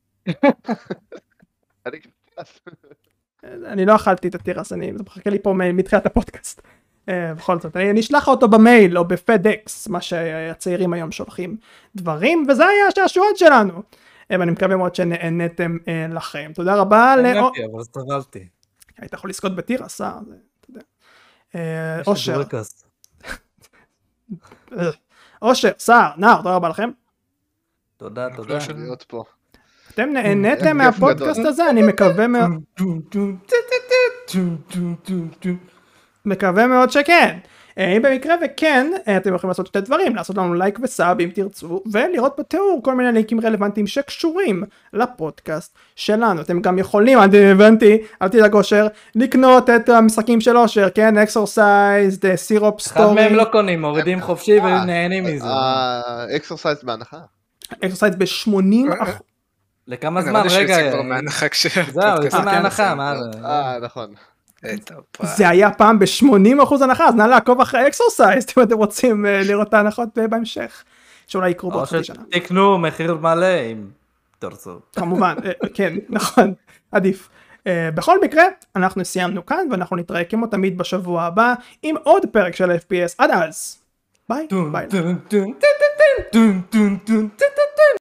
אני לא אכלתי את התירס, אני מחכה לי פה מתחילת הפודקאסט. בכל זאת, אני אשלח אותו במייל או בפדקס, מה שהצעירים היום שולחים דברים, וזה היה השעשועון שלנו. אני מקווה מאוד שנהנתם לכם. תודה רבה. נהנתי, אבל סבלתי. היית יכול לזכות בתירס, אתה יודע. אושר. אושר, סער, נאור, תודה רבה לכם. תודה, תודה. להיות פה. אתם נהנתם מהפודקאסט הזה? אני מקווה מאוד. מקווה מאוד שכן. אם במקרה וכן, אתם יכולים לעשות שתי דברים, לעשות לנו לייק וסאב אם תרצו, ולראות בתיאור כל מיני לינקים רלוונטיים שקשורים לפודקאסט שלנו. אתם גם יכולים, אני הבנתי, אל תדאג אושר, לקנות את המשחקים של אושר, כן? אקסרסייז, סירופ סטורי. אחד מהם לא קונים, מורידים חופשי ונהנים מזה. אקסרסייז בהנחה. אקסרסייז ב-80%. לכמה זמן? רגע. זהו, יוצא מההנחה, מה זה? נכון. זה היה פעם ב-80% הנחה, אז נא לעקוב אחרי אקסרסייז, אם אתם רוצים לראות את ההנחות בהמשך, שאולי יקרו בעוד חצי שנה. או שתקנו מחיר מלא אם תרצו. כמובן, כן, נכון, עדיף. בכל מקרה, אנחנו סיימנו כאן, ואנחנו נתראה כמו תמיד בשבוע הבא, עם עוד פרק של FPS, עד אז. ביי. ביי.